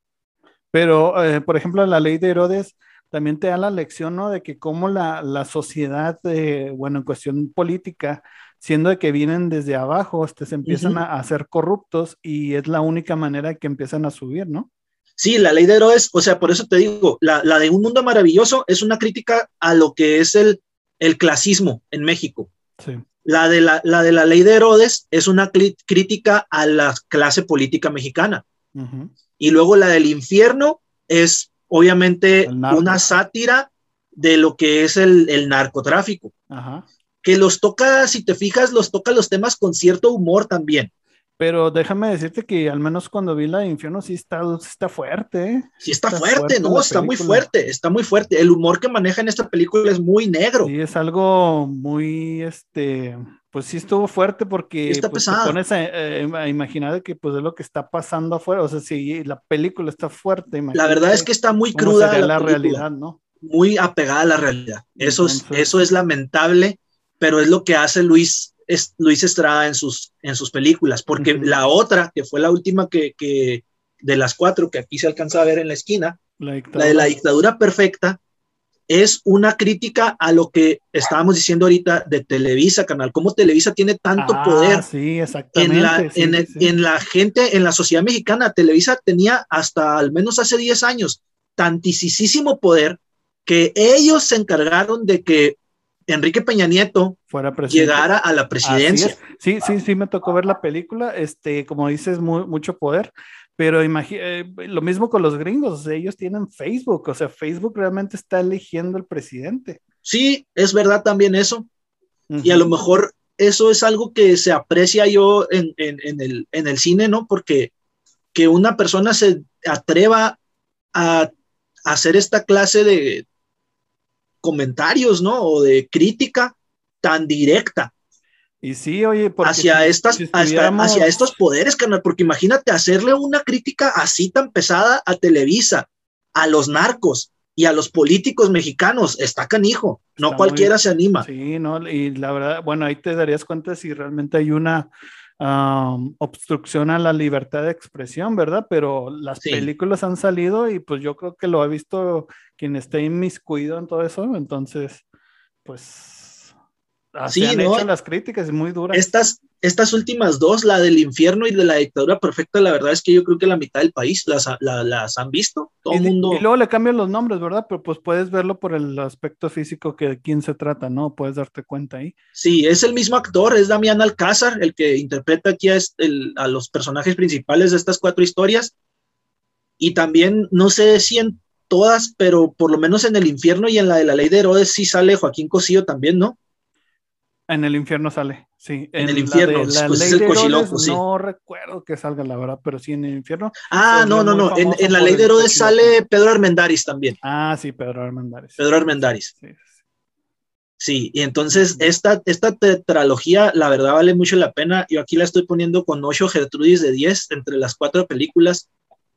Pero, por ejemplo, La Ley de Herodes también te da la lección, ¿no? De que cómo la sociedad, bueno, en cuestión política, siendo de que vienen desde abajo, se
Uh
empiezan
-huh.
a ser corruptos y es la única manera que empiezan a subir, ¿no?
Sí, La Ley de Herodes, o sea, por eso te digo, la de Un Mundo Maravilloso es una crítica a lo que es el clasismo en México.
Sí.
La de la Ley de Herodes es una crítica a la clase política mexicana.
Uh-huh.
Y luego la del infierno es obviamente
El narco.
una sátira de lo que es el narcotráfico.
Ajá.
Que los toca, si te fijas, los toca los temas con cierto humor también.
Pero déjame decirte que al menos cuando vi la de Infierno sí está fuerte, ¿eh?
Sí está fuerte, ¿no?
la
Está muy
película.
fuerte, está muy fuerte. El humor que maneja en esta película es muy negro.
Sí, es algo muy, pues sí estuvo fuerte
Sí
porque
está
pues te
pesado.
pones a imaginar que pues es lo que está pasando afuera, o sea, si la película está fuerte,
La verdad es
imagínate
que está muy
cómo
cruda
sería
la
la
película,
realidad, ¿no?
muy apegada a la realidad. Eso
Entonces,
es lamentable, pero es lo que hace Luis Estrada en sus películas, porque
uh-huh.
la otra, que fue la última que de las cuatro que aquí se alcanza a ver en la esquina,
La
la de la
dictadura.
dictadura perfecta, es una crítica a lo que estábamos diciendo ahorita de Televisa, canal, cómo Televisa tiene tanto
Ah,
poder
sí, exactamente, sí, sí, sí.
en la gente, en la sociedad mexicana. Televisa tenía hasta al menos hace 10 años tantísimo poder que ellos se encargaron de que Enrique Peña Nieto
Fuera presidente.
llegara a la
Así
presidencia.
es. Sí, sí, sí, me tocó ver la película. Como dices, mucho poder. Pero lo mismo con los gringos. O sea, ellos tienen Facebook. O sea, Facebook realmente está eligiendo el presidente.
Sí, es verdad también eso. Y a lo
Uh-huh.
mejor eso es algo que se aprecia yo en el cine, ¿no? Porque que una persona se atreva a hacer esta clase de comentarios, ¿no? O de crítica tan directa
Y sí, oye, porque
hacia
si
hacia
estuviéramos,
estos poderes, carnal, porque imagínate hacerle una crítica así tan pesada a Televisa, a los narcos y a los políticos mexicanos, está canijo, no
está muy,
cualquiera se anima.
sí, ¿no? Y la verdad, bueno, ahí te darías cuenta si realmente hay una obstrucción a la libertad de expresión, ¿verdad? Pero las
Sí,
películas han salido y pues yo creo que lo ha visto quien esté inmiscuido en todo eso, entonces, pues se
sí,
han
¿no?
hecho las críticas muy duras.
Estas últimas dos, la del infierno y de la dictadura perfecta, la verdad es que yo creo que la mitad del país las han visto, todo
Y,
el
y
mundo.
luego le cambian los nombres, ¿verdad? Pero pues puedes verlo por el aspecto físico que de quién se trata, ¿no? Puedes darte cuenta ahí.
Sí, es el mismo actor, es Damián Alcázar, el que interpreta aquí a los personajes principales de estas cuatro historias. Y también, no sé si en todas, pero por lo menos en el infierno y en la de la ley de Herodes sí sale Joaquín Cosío también, ¿no?
En el infierno sale, sí.
En el
En la
infierno,
de la
pues es
ley
el
de Herodes
cochiloco, sí.
no recuerdo que salga, la verdad, pero sí en el infierno se
Ah,
volvió
no, no,
muy
no. En
famoso
la
por
ley de
el
Herodes
cochiloco.
sale Pedro Armendáriz también.
Ah, sí, Pedro Armendáriz, sí,
Pedro
sí, sí,
Armendáriz.
sí, sí.
Sí, y entonces
Ujú.
esta tetralogía, la verdad, vale mucho la pena. Yo aquí la estoy poniendo con 8 Gertrudis de 10 entre las cuatro películas,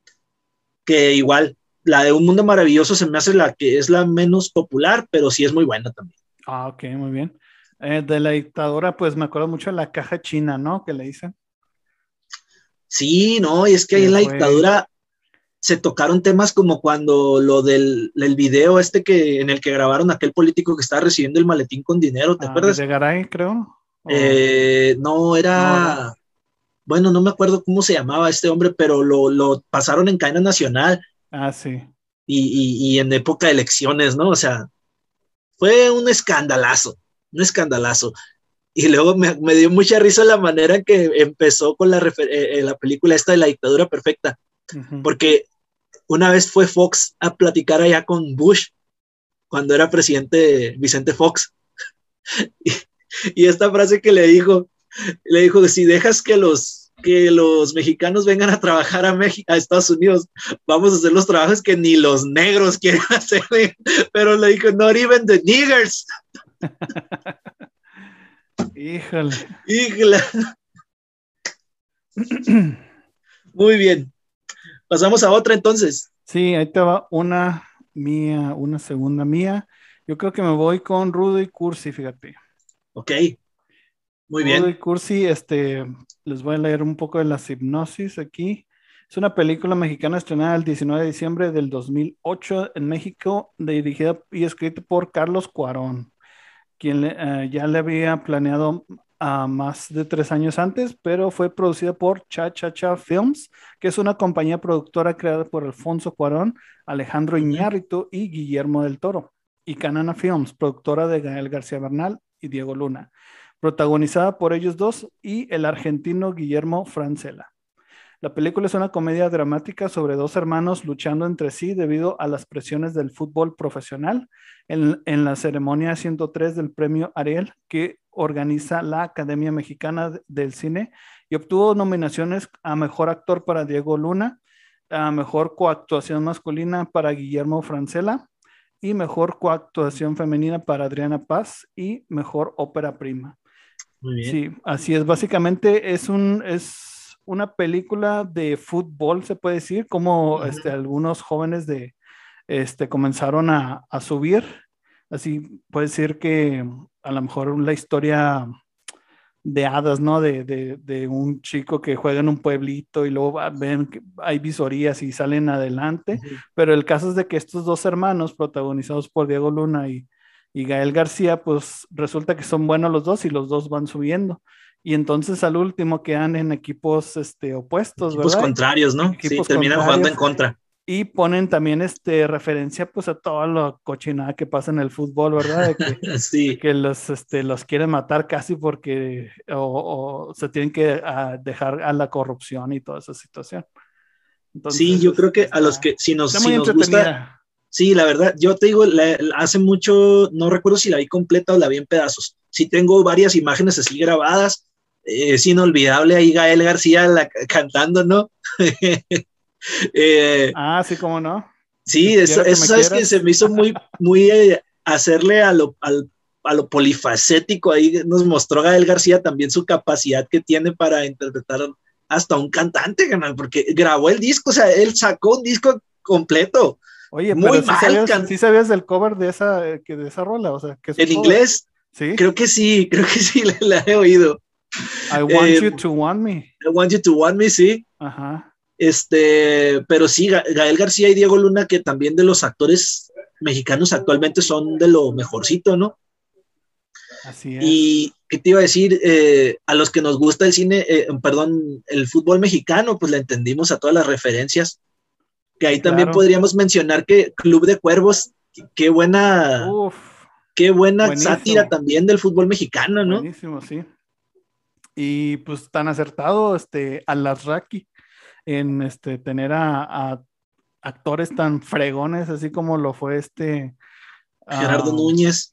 que igual, la de Un Mundo Maravilloso se me hace la que es la menos popular, pero sí es muy buena también.
Ah, ok, muy bien. De la dictadura, pues me acuerdo mucho de la caja china, ¿no? Que le dicen,
Sí, no, y es que ahí
que
en la
fue,
dictadura se tocaron temas como cuando lo del el video en el que grabaron aquel político que estaba recibiendo el maletín con dinero, ¿te acuerdas?
Videgaray, creo.
No, era, bueno, no me acuerdo cómo se llamaba este hombre, pero lo pasaron en cadena nacional
Sí.
y en época de elecciones, ¿no? O sea, fue un escandalazo, un escandalazo. Y luego me dio mucha risa la manera en que empezó con la película esta de la dictadura perfecta, porque una vez fue Fox a platicar allá con Bush, cuando era presidente Vicente Fox, y esta frase que le dijo, si dejas que los mexicanos vengan a trabajar a Estados Unidos, vamos a hacer los trabajos que ni los negros quieren hacer, pero le dijo, not even the niggers.
Híjole.
Muy bien. Pasamos a otra entonces.
Sí, ahí te va una mía, una segunda mía. Yo creo que me voy con Rudo y Cursi, fíjate.
Ok. Muy bien.
Rudo y Cursi, les voy a leer un poco de la hipnosis aquí. Es una película mexicana estrenada el 19 de diciembre del 2008 en México, dirigida y escrita por Carlos Cuarón, quien ya le había planeado más de 3 años antes, pero fue producida por Cha Cha Cha Films, que es una compañía productora creada por Alfonso Cuarón, Alejandro Iñárritu y Guillermo del Toro, y Canana Films, productora de Gael García Bernal y Diego Luna, protagonizada por ellos dos y el argentino Guillermo Francella. La película es una comedia dramática sobre 2 hermanos luchando entre sí debido a las presiones del fútbol profesional en la ceremonia 103 del premio Ariel que organiza la Academia Mexicana del Cine, y obtuvo nominaciones a Mejor Actor para Diego Luna, a Mejor Coactuación Masculina para Guillermo Francella y Mejor Coactuación Femenina para Adriana Paz y Mejor Ópera Prima.
Muy bien.
Sí, así es. Básicamente es una película de fútbol, se puede decir, como algunos jóvenes comenzaron a subir. Así puede ser que a lo mejor la historia de hadas, ¿no? De un chico que juega en un pueblito y luego ven que hay visorías y salen adelante. Pero el caso es de que estos 2 hermanos, protagonizados por Diego Luna y Gael García, pues resulta que son buenos los dos y los dos van subiendo. Y entonces al último quedan en equipos opuestos,
equipos
¿verdad?
contrarios, ¿no? Sí, terminan jugando en contra.
Y ponen también referencia pues a toda la cochinada que pasa en el fútbol, ¿verdad? De que,
sí.
de que los quieren matar casi porque o se tienen que dejar a la corrupción y toda esa situación.
Entonces, sí, yo creo que a los que si nos gusta. Sí, la verdad, yo te digo, hace mucho, no recuerdo si la vi completa o la vi en pedazos. Sí tengo varias imágenes así grabadas. Es inolvidable ahí Gael García cantando, ¿no?
Sí, cómo no.
Sí, eso sabes que se me hizo muy hacerle a lo polifacético. Ahí nos mostró Gael García también su capacidad que tiene para interpretar hasta un cantante, porque grabó el disco, o sea, él sacó un disco completo.
Oye, muy pero ¿sí sabías del cover de esa rola? O sea, que
¿en inglés?
Sí.
Creo que sí la he oído.
I want you to want me.
I want you to want me, sí.
Ajá.
Pero sí, Gael García y Diego Luna, que también de los actores mexicanos actualmente son de lo mejorcito, ¿no?
Así es.
Y ¿qué te iba a decir? A los que nos gusta el cine, el fútbol mexicano, pues le entendimos a todas las referencias. Que ahí también podríamos mencionar que Club de Cuervos, qué buena sátira también del fútbol mexicano, ¿no?
Buenísimo, sí. Y pues tan acertado Alasraqui en tener a actores tan fregones, así como lo fue
Gerardo Núñez.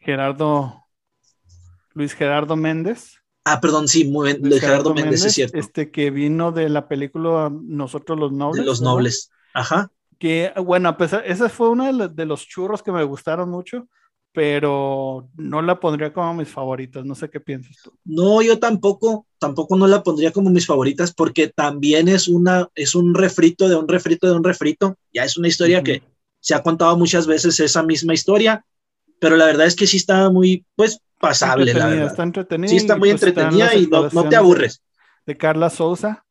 Luis Gerardo Méndez.
Perdón, sí, muy bien, Gerardo Méndez, es cierto.
Que vino de la película Nosotros los Nobles.
De los Nobles, ajá.
Que, bueno, a pesar, ese fue uno de los churros que me gustaron mucho, pero no la pondría como mis favoritas. No sé qué piensas tú.
No, yo tampoco no la pondría como mis favoritas, porque también es un refrito de un refrito de un refrito. Ya es una historia que se ha contado muchas veces, esa misma historia, pero la verdad es que sí está muy, pues, pasable, la verdad.
Está entretenida.
Sí, está muy entretenida y no te aburres.
De Carla Souza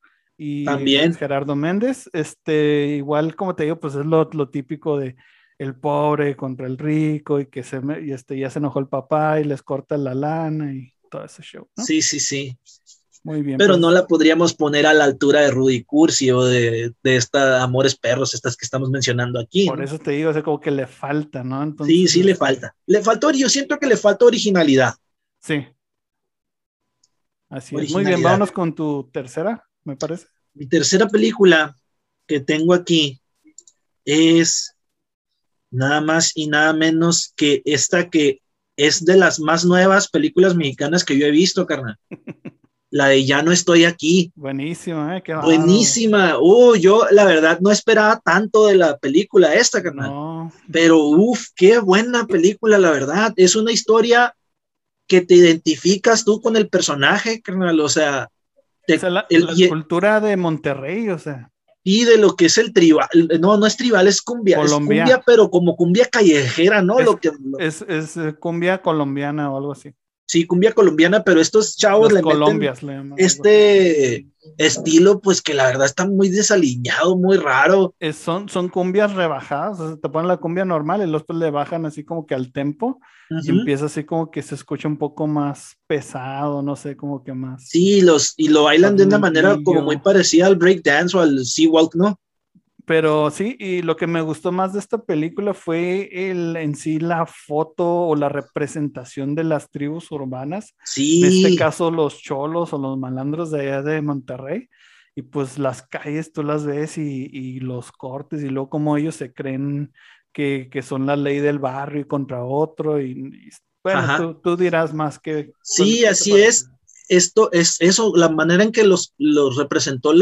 y
También.
Gerardo Méndez. Igual, como te digo, pues es lo típico de el pobre contra el rico y que ya se enojó el papá y les corta la lana y todo ese show, ¿no?
Sí, sí, sí.
Muy bien,
Pero
pues.
no la podríamos poner a la altura de Rudy Cursi o de esta Amores Perros, estas que estamos mencionando aquí,
Por
¿no?
eso te digo, o sea, como que le falta, ¿no?
Sí,
Entonces,
sí le falta. Le faltó, yo siento que le falta originalidad.
sí, así es. Muy bien,
Originalidad.
vámonos con tu tercera, me parece.
Mi tercera película que tengo aquí es nada más y nada menos que esta que es de las más nuevas películas mexicanas que yo he visto, carnal. La de Ya no estoy aquí.
Buenísimo, qué bárbaro.
Buenísima. Yo la verdad no esperaba tanto de la película esta, carnal.
No,
Pero qué buena película, la verdad. Es una historia que te identificas tú con el personaje, carnal. O sea,
o sea, la cultura de Monterrey, o sea.
y de lo que es el tribal, no, no es tribal, es
Colombia.
cumbia, pero como cumbia callejera, ¿no?
Es cumbia colombiana o algo así.
Sí, cumbia colombiana, pero estos chavos
Las
le meten
Colombias le llaman.
este estilo, pues que la verdad está muy desaliñado, muy raro.
Son cumbias rebajadas, o sea, te ponen la cumbia normal y luego pues le bajan así como que al tempo y empieza así como que se escucha un poco más pesado, no sé, como que más.
Sí, y lo bailan de una manera como muy
movidillo.
parecida al breakdance o al sea walk, ¿no?
Pero sí, y lo que me gustó más de esta película fue en sí la foto o la representación de las tribus urbanas, en este
Sí,
caso los cholos o los malandros de allá de Monterrey, y pues las calles tú las ves y los cortes y luego como ellos se creen que son la ley del barrio y contra otro, bueno,
ajá.
tú dirás más que,
Sí,
¿qué te
así
parece?
es. Esto es eso, la manera en que los representó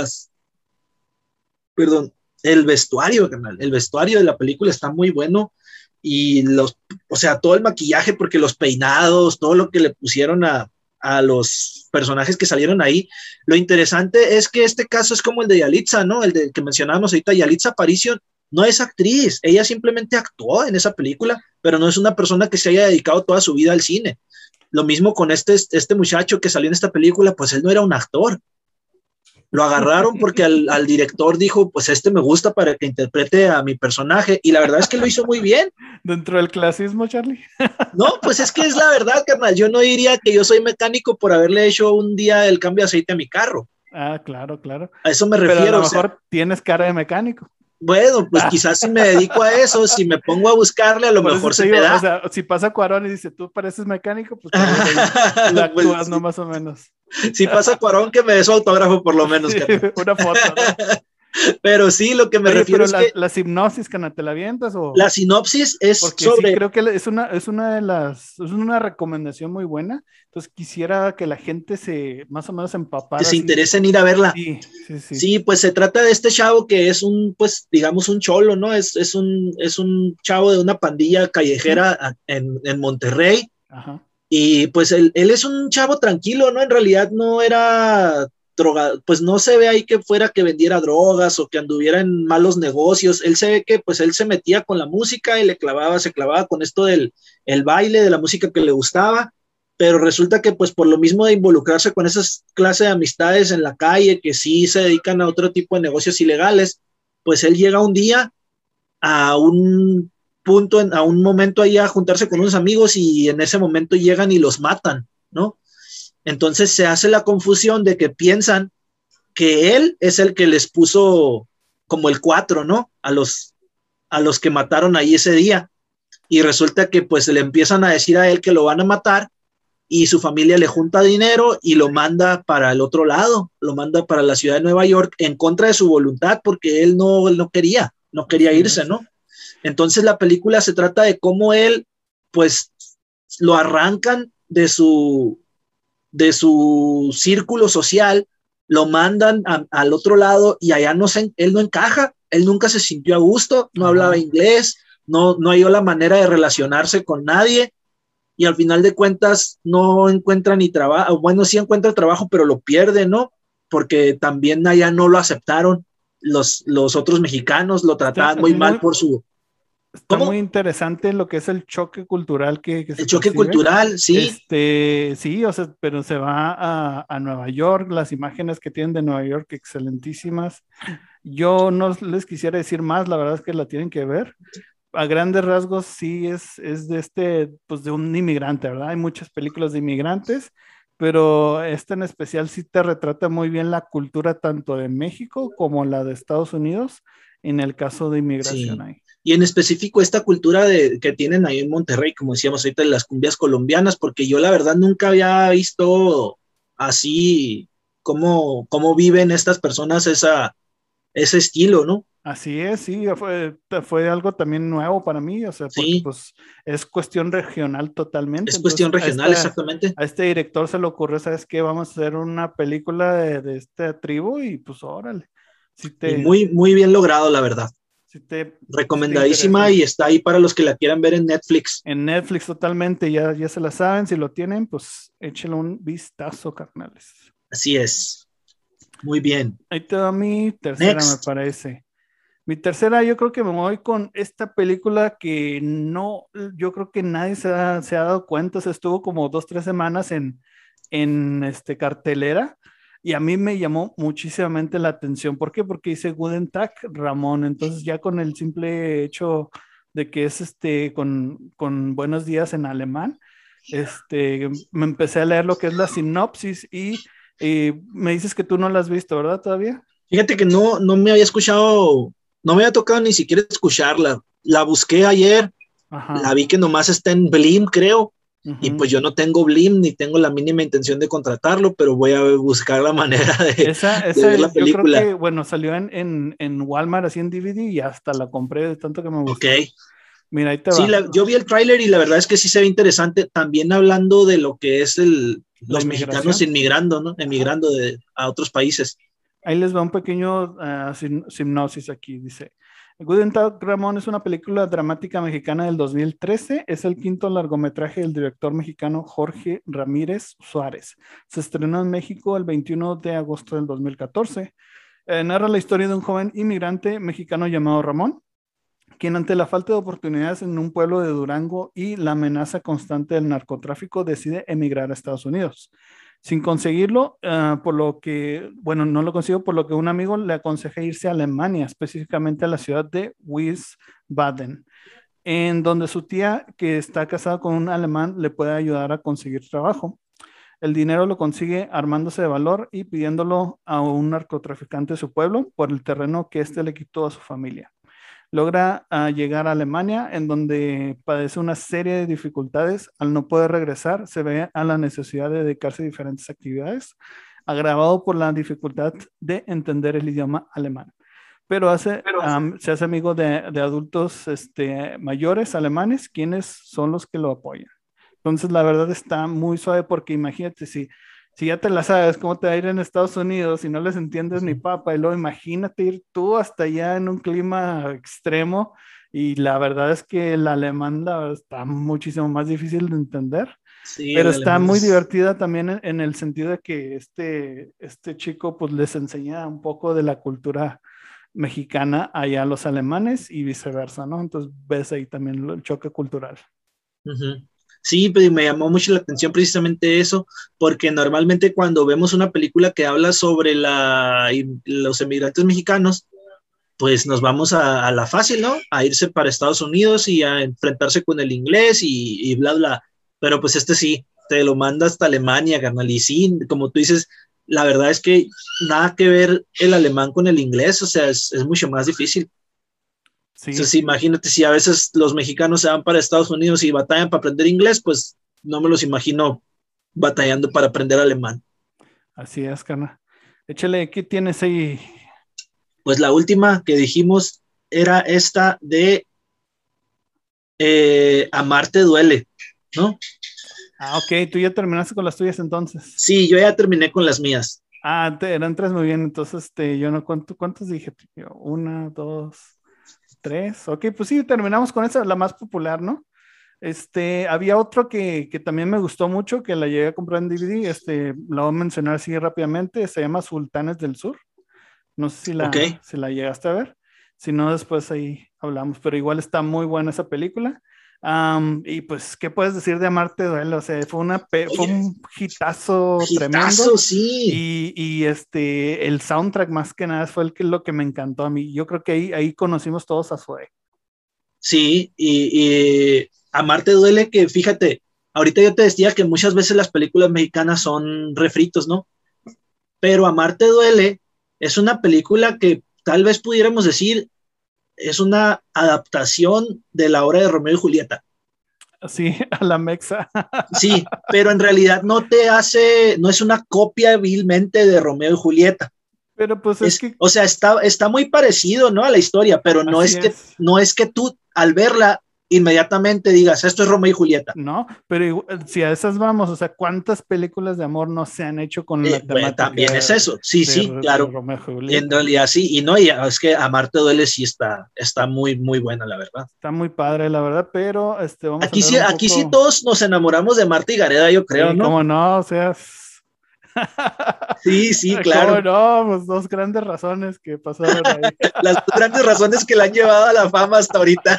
perdón, el vestuario, carnal. El vestuario de la película está muy bueno y o sea, todo el maquillaje, porque los peinados, todo lo que le pusieron a los personajes que salieron ahí. Lo interesante es que este caso es como el de Yalitza, ¿no? El de que mencionábamos ahorita, Yalitza Aparicio no es actriz, ella simplemente actuó en esa película, pero no es una persona que se haya dedicado toda su vida al cine. Lo mismo con este muchacho que salió en esta película, pues él no era un actor, lo agarraron porque al director dijo, pues me gusta para que interprete a mi personaje, y la verdad es que lo hizo muy bien.
Dentro del clasismo, Charlie.
No, pues es que es la verdad, carnal, yo no diría que yo soy mecánico por haberle hecho un día el cambio de aceite a mi carro.
Ah, claro, claro.
A eso me
Pero a
refiero,
lo
o sea,
mejor tienes cara de mecánico.
bueno, pues quizás si me dedico a eso, si me pongo a buscarle, a lo
Por eso
mejor
te
se me
digo, o
da.
sea, si pasa Cuarón y dice, tú pareces mecánico, pues tal vez ahí la
Pues
actúas, ¿no? Más o menos.
si pasa Cuarón, que me dé su autógrafo por lo menos,
Sí,
carnal.
una foto, ¿no?
Pero sí, lo que me
Oye,
refiero
pero
es que
la hipnosis, ¿cana, te la avientas o...?
la sinopsis es
Porque sí,
sobre
creo que es una recomendación muy buena. Entonces quisiera que la gente se, más o menos
que
empapara
se
así.
interesa en ir a verla.
Sí, sí, sí.
Sí, pues se trata de este chavo que es pues, digamos, un cholo, ¿no? Es un chavo de una pandilla
Ujú.
callejera en Monterrey.
Ajá.
Y pues él es un chavo tranquilo, ¿no? En realidad no era droga, pues no se ve ahí que fuera que vendiera drogas o que anduviera en malos negocios. Él se ve que pues él se metía con la música y se clavaba con esto del el baile, de la música que le gustaba, pero resulta que pues por lo mismo de involucrarse con esas clases de amistades en la calle que sí se dedican a otro tipo de negocios ilegales, pues él llega un día a un a un momento ahí a juntarse con unos amigos y en ese momento llegan y los matan, ¿no? Entonces se hace la confusión de que piensan que él es el que les puso como el 4, ¿no? A los que mataron ahí ese día. Y resulta que pues le empiezan a decir a él que lo van a matar y su familia le junta dinero y lo manda para el otro lado, lo manda para la ciudad de Nueva York en contra de su voluntad porque él no quería
Así
irse,
es.
¿no? Entonces la película se trata de cómo él, pues, lo arrancan de su círculo social, lo mandan al otro lado y allá él no encaja, él nunca se sintió a gusto, no hablaba
Ajá.
inglés, no halló la manera de relacionarse con nadie y al final de cuentas no encuentra ni trabajo, bueno, sí encuentra trabajo, pero lo pierde, ¿no? Porque también allá no lo aceptaron, los otros mexicanos lo
Está
trataban muy mal por su
está muy
¿Cómo?
interesante lo que es el choque cultural que
El
se
choque
percibe.
cultural, sí,
Sí, o sea, pero se va a Nueva York, las imágenes que tienen de Nueva York, excelentísimas. Yo no les quisiera decir más, la verdad es que la tienen que ver. A grandes rasgos sí es de pues de un inmigrante, ¿verdad? Hay muchas películas de inmigrantes, pero esta en especial sí te retrata muy bien la cultura tanto de México como la de Estados Unidos en el caso de inmigración
sí.
ahí.
Y en específico esta cultura que tienen ahí en Monterrey, como decíamos ahorita, de las cumbias colombianas, porque yo la verdad nunca había visto así cómo viven estas personas ese estilo, ¿no?
Así es, sí, fue algo también nuevo para mí, o sea, porque
Sí,
pues es cuestión regional totalmente.
es
Entonces,
cuestión regional, exactamente.
a este director se le ocurrió, ¿sabes qué? Vamos a hacer una película de esta tribu y pues órale, si
Y
te,
muy, muy bien logrado, la verdad.
si te
Recomendadísima
interesa.
y está ahí para los que la quieran ver en Netflix.
En Netflix totalmente, ya se la saben, si lo tienen, pues échenle un vistazo, carnales.
Así es. Muy bien.
Ahí te va mi tercera, me
Next.
parece. Mi tercera, yo creo que me voy con esta película que no, yo creo que nadie se ha dado cuenta, se estuvo como 2, 3 semanas en cartelera y a mí me llamó muchísimamente la atención. ¿Por qué? Porque dice Guten Tag, Ramón. Entonces ya con el simple hecho de que es con buenos días en alemán, me empecé a leer lo que es la sinopsis y me dices que tú no la has visto, ¿verdad? Todavía.
Fíjate que no me había escuchado, no me había tocado ni siquiera escucharla. La busqué ayer, la
Ajá.
vi que nomás está en Blim, creo. Y
Ujú.
pues yo no tengo Blim ni tengo la mínima intención de contratarlo, pero voy a buscar la manera de
Esa
ver la
yo creo
película.
que, bueno, salió en Walmart así en DVD y hasta la compré de tanto que me
Ok.
gustó. Mira, ahí te
Sí,
va,
yo vi el tráiler y la verdad es que sí se ve interesante. También hablando de lo que es
la
los mexicanos
inmigración.
inmigrando, ¿no?
Ajá.
Emigrando a otros países.
Ahí les va un pequeño sinopsis aquí. Dice, Guten Tag, Ramón es una película dramática mexicana del 2013. Es el quinto largometraje del director mexicano Jorge Ramírez Suárez. Se estrenó en México el 21 de agosto del 2014. Narra la historia de un joven inmigrante mexicano llamado Ramón, quien ante la falta de oportunidades en un pueblo de Durango y la amenaza constante del narcotráfico decide emigrar a Estados Unidos. Sin conseguirlo, por lo que, bueno, no lo consiguió, por lo que un amigo le aconseja irse a Alemania, específicamente a la ciudad de Wiesbaden, en donde su tía, que está casada con un alemán, le puede ayudar a conseguir trabajo. El dinero lo consigue armándose de valor y pidiéndolo a un narcotraficante de su pueblo por el terreno que éste le quitó a su familia. Logra llegar a Alemania, en donde padece una serie de dificultades. Al no poder regresar, se ve a la necesidad de dedicarse a diferentes actividades, agravado por la dificultad de entender el idioma alemán. Pero se hace amigo de adultos mayores alemanes, quienes son los que lo apoyan. Entonces, la verdad está muy suave porque imagínate si ya te la sabes, cómo te va a ir en Estados Unidos y no les entiendes ni papa, y luego imagínate ir tú hasta allá en un clima extremo y la verdad es que el alemán la verdad, está muchísimo más difícil de entender,
Sí,
pero
el
está
alemán
muy
es.
divertida también en el sentido de que este chico pues les enseña un poco de la cultura mexicana allá a los alemanes y viceversa, ¿no? Entonces ves ahí también el choque cultural.
Ujú. Sí, pero me llamó mucho la atención precisamente eso, porque normalmente cuando vemos una película que habla sobre los emigrantes mexicanos, pues nos vamos a la fácil, ¿no? A irse para Estados Unidos y a enfrentarse con el inglés y bla, bla. Pero pues este sí, te lo manda hasta Alemania, carnal. Y sí, como tú dices, la verdad es que nada que ver el alemán con el inglés, o sea, es mucho más difícil.
Sí,
Entonces, imagínate si a veces los mexicanos se van para Estados Unidos y batallan para aprender inglés, pues no me los imagino batallando para aprender alemán.
así es, carnal. Échale, ¿qué tienes ahí?
Pues la última que dijimos era esta de Amarte duele, ¿no?
Ah, ok, tú ya terminaste con las tuyas entonces.
Sí, yo ya terminé con las mías.
Ah, eran tres muy bien, entonces yo no cuento, ¿cuántos dije? Yo, una, dos, tres. Ok, pues sí, terminamos con esa, la más popular, ¿no? Había otro que también me gustó mucho, que la llegué a comprar en DVD, la voy a mencionar así rápidamente, se llama Sultanes del Sur. No sé si
Ok,
si la llegaste a ver. Si no, después ahí hablamos, pero igual está muy buena esa película. Y pues, ¿qué puedes decir de Amarte Duele? O sea, fue un hitazo tremendo.
Sí.
Y el soundtrack más que nada fue lo que me encantó a mí. Yo creo que ahí conocimos todos a Zoe.
Sí, y Amarte Duele, que fíjate, ahorita yo te decía que muchas veces las películas mexicanas son refritos, ¿no? Pero Amarte Duele es una película que tal vez pudiéramos decir es una adaptación de la obra de Romeo y Julieta.
Sí, a la mexa.
Sí, pero en realidad no es una copia vilmente de Romeo y Julieta.
Pero pues es que...
O sea, está muy parecido, ¿no? A la historia, pero no es que tú al verla inmediatamente digas, esto es Romeo y Julieta.
No, pero si a esas vamos, o sea, ¿cuántas películas de amor no se han hecho con la temática?
También es eso, sí, claro. Y en realidad sí, es que Amarte Duele sí está muy, muy buena, la verdad.
Está muy padre, la verdad, pero vamos
aquí sí todos nos enamoramos de Marta y Gareda, yo creo,
sí,
¿no?
Cómo no, o sea...
Sí, claro.
No, pues dos grandes razones que pasaron ahí.
Las dos grandes razones que la han llevado a la fama hasta ahorita.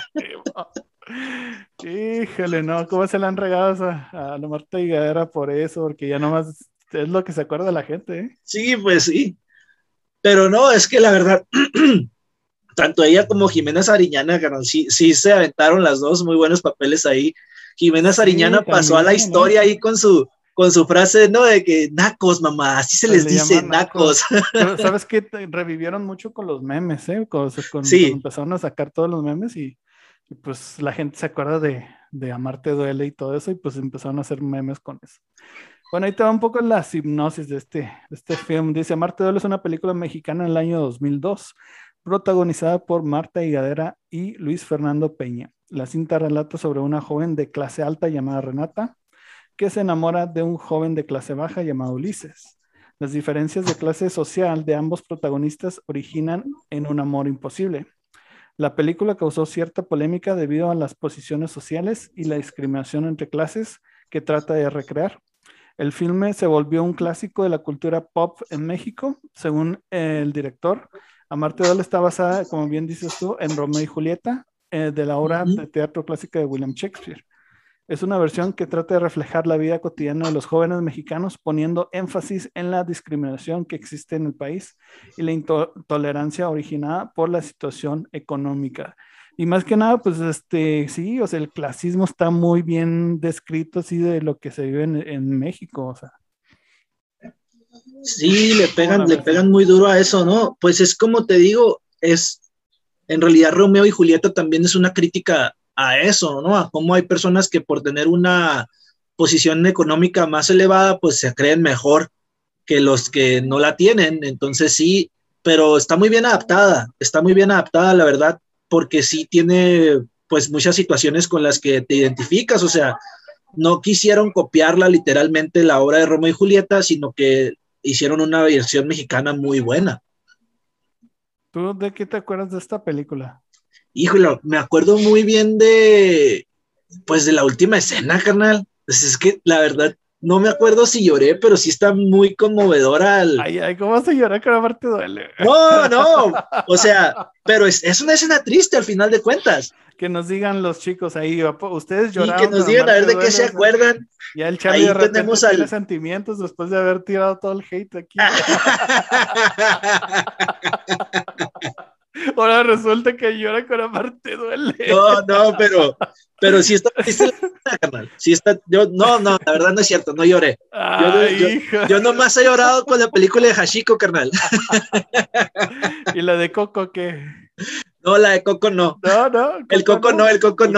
Híjole, no, ¿cómo se le han regado a la Marta Higuera por eso? Porque ya nomás es lo que se acuerda la gente, ¿eh?
Sí, pues sí. Pero no, es que la verdad, tanto ella como Jimena Sariñana, sí se aventaron las dos muy buenos papeles ahí. Jimena Sariñana pasó también a la historia ahí con su frase, ¿no? De que nacos, mamá, así se les dice, nacos.
Pero sabes que revivieron mucho con los memes, ¿eh? Cuando empezaron a sacar todos los memes y pues la gente se acuerda de Amarte Duele y todo eso y pues empezaron a hacer memes con eso. Bueno, ahí te va un poco la hipnosis de este film. Dice, Amarte Duele es una película mexicana en el año 2002, protagonizada por Marta Higadera y Luis Fernando Peña. La cinta relata sobre una joven de clase alta llamada Renata, que se enamora de un joven de clase baja llamado Ulises. Las diferencias de clase social de ambos protagonistas originan en un amor imposible. La película causó cierta polémica debido a las posiciones sociales y la discriminación entre clases que trata de recrear. El filme se volvió un clásico de la cultura pop en México, según el director. Amarte Duele está basada, como bien dices tú, en Romeo y Julieta, de la obra de teatro clásica de William Shakespeare. Es una versión que trata de reflejar la vida cotidiana de los jóvenes mexicanos, poniendo énfasis en la discriminación que existe en el país y la intolerancia originada por la situación económica. Y más que nada, pues sí, o sea, el clasismo está muy bien descrito así de lo que se vive en México, o sea.
Sí, le pegan muy duro a eso, ¿no? Pues es como te digo, en realidad Romeo y Julieta también es una crítica a eso, ¿no? A cómo hay personas que por tener una posición económica más elevada, pues se creen mejor que los que no la tienen. Entonces sí, pero está muy bien adaptada, la verdad, porque sí tiene pues muchas situaciones con las que te identificas, o sea, no quisieron copiarla literalmente la obra de Romeo y Julieta, sino que hicieron una versión mexicana muy buena.
¿Tú de qué te acuerdas de esta película?
Híjole, me acuerdo muy bien de la última escena, carnal. Pues es que la verdad no me acuerdo si lloré, pero sí está muy conmovedora.
Ay, ¿cómo vas a llorar con Amarte Duele?
No, o sea, pero es una escena triste al final de cuentas.
Que nos digan los chicos ahí, ustedes lloraron.
Y que nos digan a ver de qué se acuerdan.
Ya el Charlie de repente tiene sentimientos después de haber tirado todo el hate aquí. Ahora resulta que llora con Amarte Duele.
No, pero sí está triste la carnal. Sí está, no, la verdad no es cierto, no lloré. Yo nomás he llorado con la película de Hachiko, carnal.
¿Y la de Coco qué?
No, la de Coco no.
No.
El Coco no.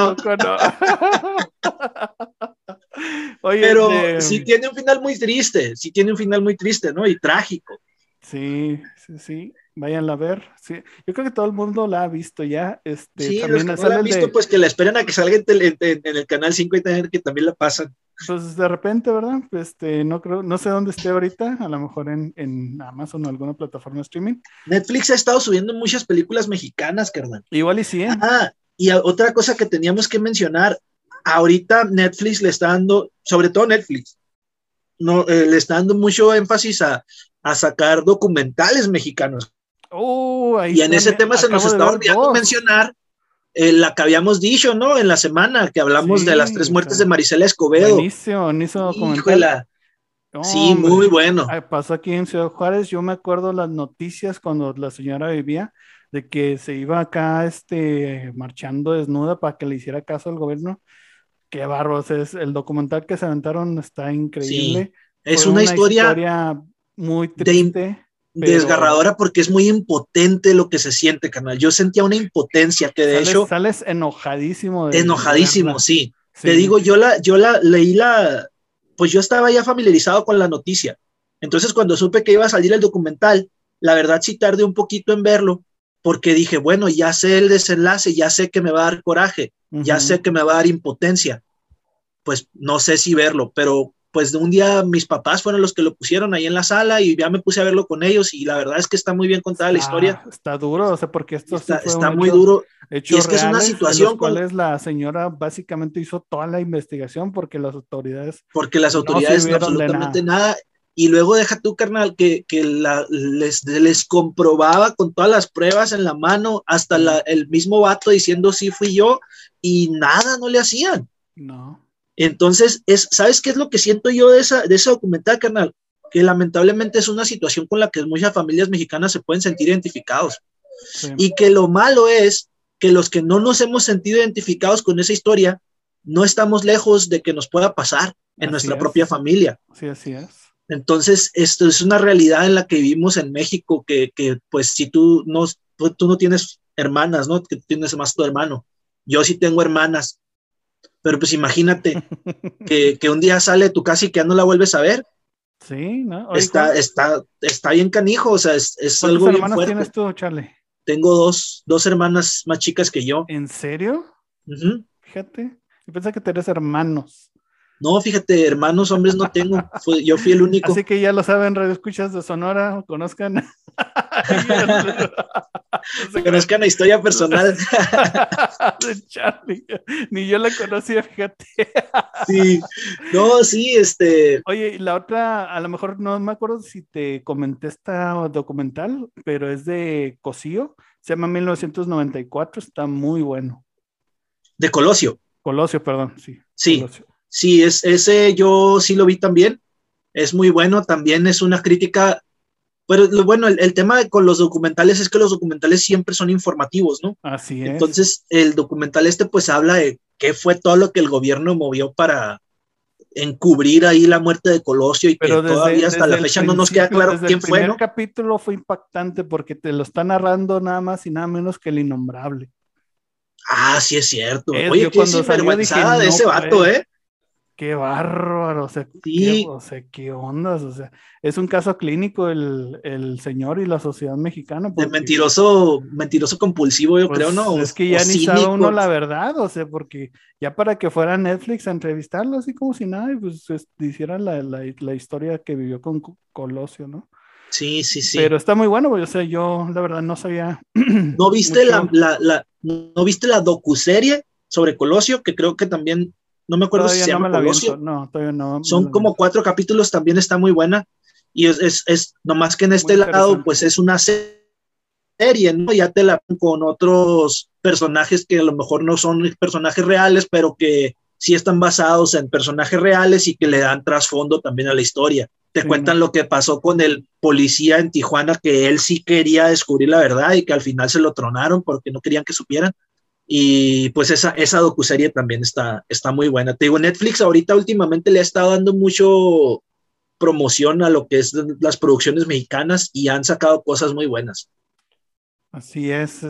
Oye,
pero sí tiene un final muy triste, ¿no? Y trágico.
Sí. Váyanla a ver. Sí. Yo creo que todo el mundo la ha visto ya.
Sí, también los que no la han visto, pues que la esperen a que salga en el canal 5 y que también la pasan.
Pues de repente, ¿verdad? No sé dónde esté ahorita, a lo mejor en Amazon o alguna plataforma de streaming.
Netflix ha estado subiendo muchas películas mexicanas, carnal.
Igual y sí, ¿eh?
Y otra cosa que teníamos que mencionar, ahorita Netflix le está dando, sobre todo Netflix, le está dando mucho énfasis a sacar documentales mexicanos.
Ahí
y en ese tema se nos está olvidando mencionar la que habíamos dicho, ¿no? En la semana que hablamos de las 3 muertes de Marisela Escobedo.
Buenísimo
Híjole. Sí,
hombre,
muy bueno.
pasó aquí en Ciudad Juárez. Yo me acuerdo las noticias cuando la señora vivía de que se iba acá marchando desnuda para que le hiciera caso al gobierno. Qué bárbaros es. El documental que se aventaron está increíble.
Sí, es
Fue
una historia
muy triste,
desgarradora porque es muy impotente lo que se siente, carnal. Yo sentía una impotencia que de hecho...
Sales enojadísimo.
Enojadísimo, sí.
Sí.
Te digo, yo leí pues yo estaba ya familiarizado con la noticia. Entonces cuando supe que iba a salir el documental, la verdad sí tardé un poquito en verlo, porque dije, bueno, ya sé el desenlace, ya sé que me va a dar coraje, ya sé que me va a dar impotencia. Pues no sé si verlo, pero pues de un día mis papás fueron los que lo pusieron ahí en la sala y ya me puse a verlo con ellos y la verdad es que está muy bien contada la historia.
Está duro, o sea, porque esto
está muy duro.
Hechos
y es que es una situación
en los cuales la señora básicamente hizo toda la investigación porque las autoridades
no absolutamente nada. Y luego deja tú, carnal, que les comprobaba con todas las pruebas en la mano, hasta el mismo vato diciendo sí fui yo, y nada, no le hacían.
No.
Entonces, ¿sabes qué es lo que siento yo de ese documental, carnal? Que lamentablemente es una situación con la que muchas familias mexicanas se pueden sentir identificados. Sí. Y que lo malo es que los que no nos hemos sentido identificados con esa historia, no estamos lejos de que nos pueda pasar en nuestra propia familia.
Sí, así es.
Entonces, esto es una realidad en la que vivimos en México, que pues si tú no tienes hermanas, ¿no? Que tienes más tu hermano. Yo sí tengo hermanas, pero pues imagínate que un día sale de tu casa y que ya no la vuelves a ver.
Sí, ¿no?
Oye, está bien canijo, o sea, es algo bien fuerte.
¿Cuántas hermanas tienes tú, Charlie?
Tengo dos hermanas más chicas que yo.
¿En serio? Fíjate, yo pensé que tenías hermanos.
No, fíjate, hermanos hombres no tengo, yo fui el único.
Así que ya lo saben, radioescuchas de Sonora, conozcan.
Conozcan la historia personal.
De Charlie, ni yo la conocía, fíjate.
Sí, no, sí,
Oye, la otra, a lo mejor no me acuerdo si te comenté esta documental, pero es de Cosío, se llama 1994, está muy bueno.
De Colosio.
Colosio, perdón, sí.
Sí.
Colosio.
Sí, ese yo sí lo vi también, es muy bueno, también es una crítica, pero bueno, el tema con los documentales es que los documentales siempre son informativos, ¿no?
Así es.
Entonces, el documental pues habla de qué fue todo lo que el gobierno movió para encubrir ahí la muerte de Colosio y pero que todavía hasta la fecha no nos queda claro quién fue, ¿no?
El primer capítulo fue impactante porque te lo está narrando nada más y nada menos que el Innombrable.
Ah, sí es cierto. Oye, qué sinvergüenzada de ese vato, ¿eh?
Qué bárbaro, o sea,
sí.
qué ondas, o sea, es un caso clínico el señor y la sociedad mexicana.
Porque, de mentiroso compulsivo, yo creo, ¿no?
Es que ya ni sabe uno la verdad, o sea, porque ya para que fuera Netflix a entrevistarlo así como si nada, y pues hicieran la historia que vivió con Colosio, ¿no?
Sí.
Pero está muy bueno, o sea, yo la verdad no sabía.
¿No viste ¿no viste la docuserie sobre Colosio? Que creo que también, no me acuerdo si se llama Colosio.
No, todavía no.
Son como 4 capítulos, también está muy buena. Y es nomás que en este lado, pues es una serie, ¿no? Ya te la con otros personajes que a lo mejor no son personajes reales, pero que sí están basados en personajes reales y que le dan trasfondo también a la historia. Te cuentan lo que pasó con el policía en Tijuana, que él sí quería descubrir la verdad y que al final se lo tronaron porque no querían que supieran. Y pues esa docuserie también está muy buena. Te digo, Netflix ahorita últimamente le ha estado dando mucho promoción a lo que es las producciones mexicanas y han sacado cosas muy buenas.
Así es,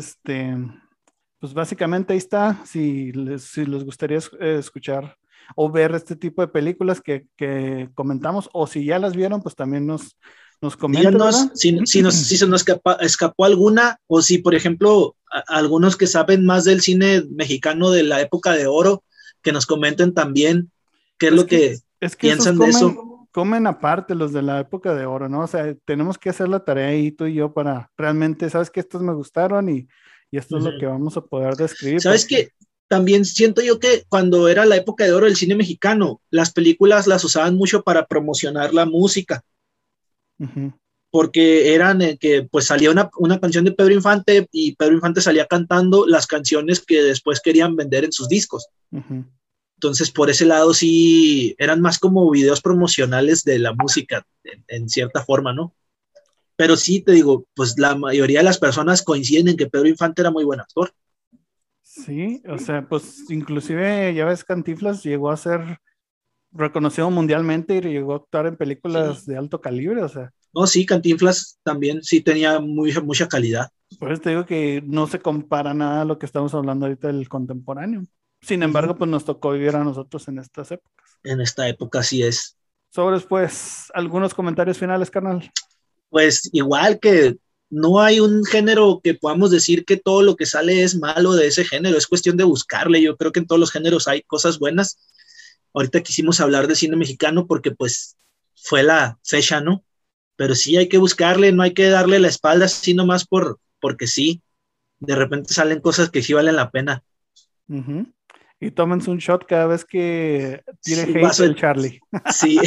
pues básicamente ahí está, si les gustaría escuchar o ver este tipo de películas que comentamos, o si ya las vieron, pues también nos comentan.
Díganos si se nos escapó alguna, o si, por ejemplo, algunos que saben más del cine mexicano de la época de oro, que nos comenten también qué es lo que piensan de eso.
Comen aparte los de la época de oro, ¿no? O sea, tenemos que hacer la tarea ahí tú y yo para realmente, sabes que estos me gustaron y esto es lo que vamos a poder describir.
¿Sabes qué? También siento yo que cuando era la época de oro del cine mexicano, las películas las usaban mucho para promocionar la música. porque eran que pues salía una canción de Pedro Infante y Pedro Infante salía cantando las canciones que después querían vender en sus discos.
Ujú.
Entonces, por ese lado sí, eran más como videos promocionales de la música, en cierta forma, ¿no? Pero sí, te digo, pues la mayoría de las personas coinciden en que Pedro Infante era muy buen actor.
Sí, o sea, pues inclusive ya ves Cantinflas llegó a ser reconocido mundialmente y llegó a actuar en películas
Sí.
de alto calibre, o sea,
No, sí, Cantinflas también sí tenía mucha calidad.
por eso te digo que no se compara nada a lo que estamos hablando ahorita del contemporáneo. Sin
Ujú.
embargo, pues nos tocó vivir a nosotros en estas épocas.
En esta época sí es.
Sobres, pues, algunos comentarios finales, carnal.
Pues igual que no hay un género que podamos decir que todo lo que sale es malo de ese género, es cuestión de buscarle. Yo creo que en todos los géneros hay cosas buenas. Ahorita quisimos hablar de cine mexicano porque pues fue la fecha, ¿no? Pero sí hay que buscarle, no hay que darle la espalda así nomás porque sí, de repente salen cosas que sí valen la pena.
Ujú. Y tómense un shot cada vez que tire
Sí,
hate el Charlie.
sí.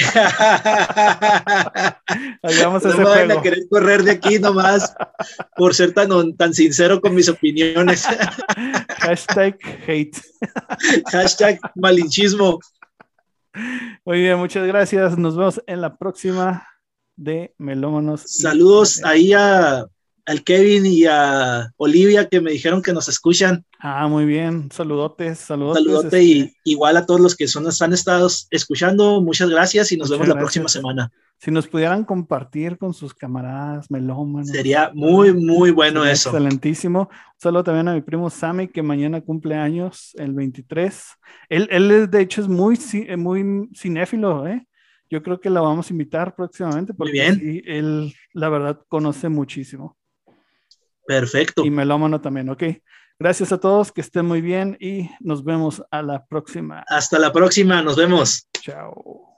Hagamos
No
ese
me vayan a
juego.
querer correr de aquí nomás por ser tan sincero con mis opiniones.
Hashtag hate.
Hashtag malinchismo.
Muy bien, muchas gracias. Nos vemos en la próxima de Melómanos.
Saludos ahí al Kevin y a Olivia que me dijeron que nos escuchan.
Ah, muy bien. Saludotes,
Un
saludotes.
saludote y igual a todos los que nos han estado escuchando. Muchas gracias y nos
Muchas
vemos la próxima
gracias.
semana.
Si nos pudieran compartir con sus camaradas melómanos.
Sería muy bueno
sería
eso.
excelentísimo. Un saludo también a mi primo Sammy, que mañana cumple años, el 23. Él de hecho, es muy cinéfilo, ¿eh? Yo creo que la vamos a invitar próximamente
Muy
porque
bien.
sí, él, la verdad, conoce muchísimo.
Perfecto.
Y melómano también, ok. Gracias a todos, que estén muy bien y nos vemos a la próxima.
Hasta la próxima, nos vemos.
Chao.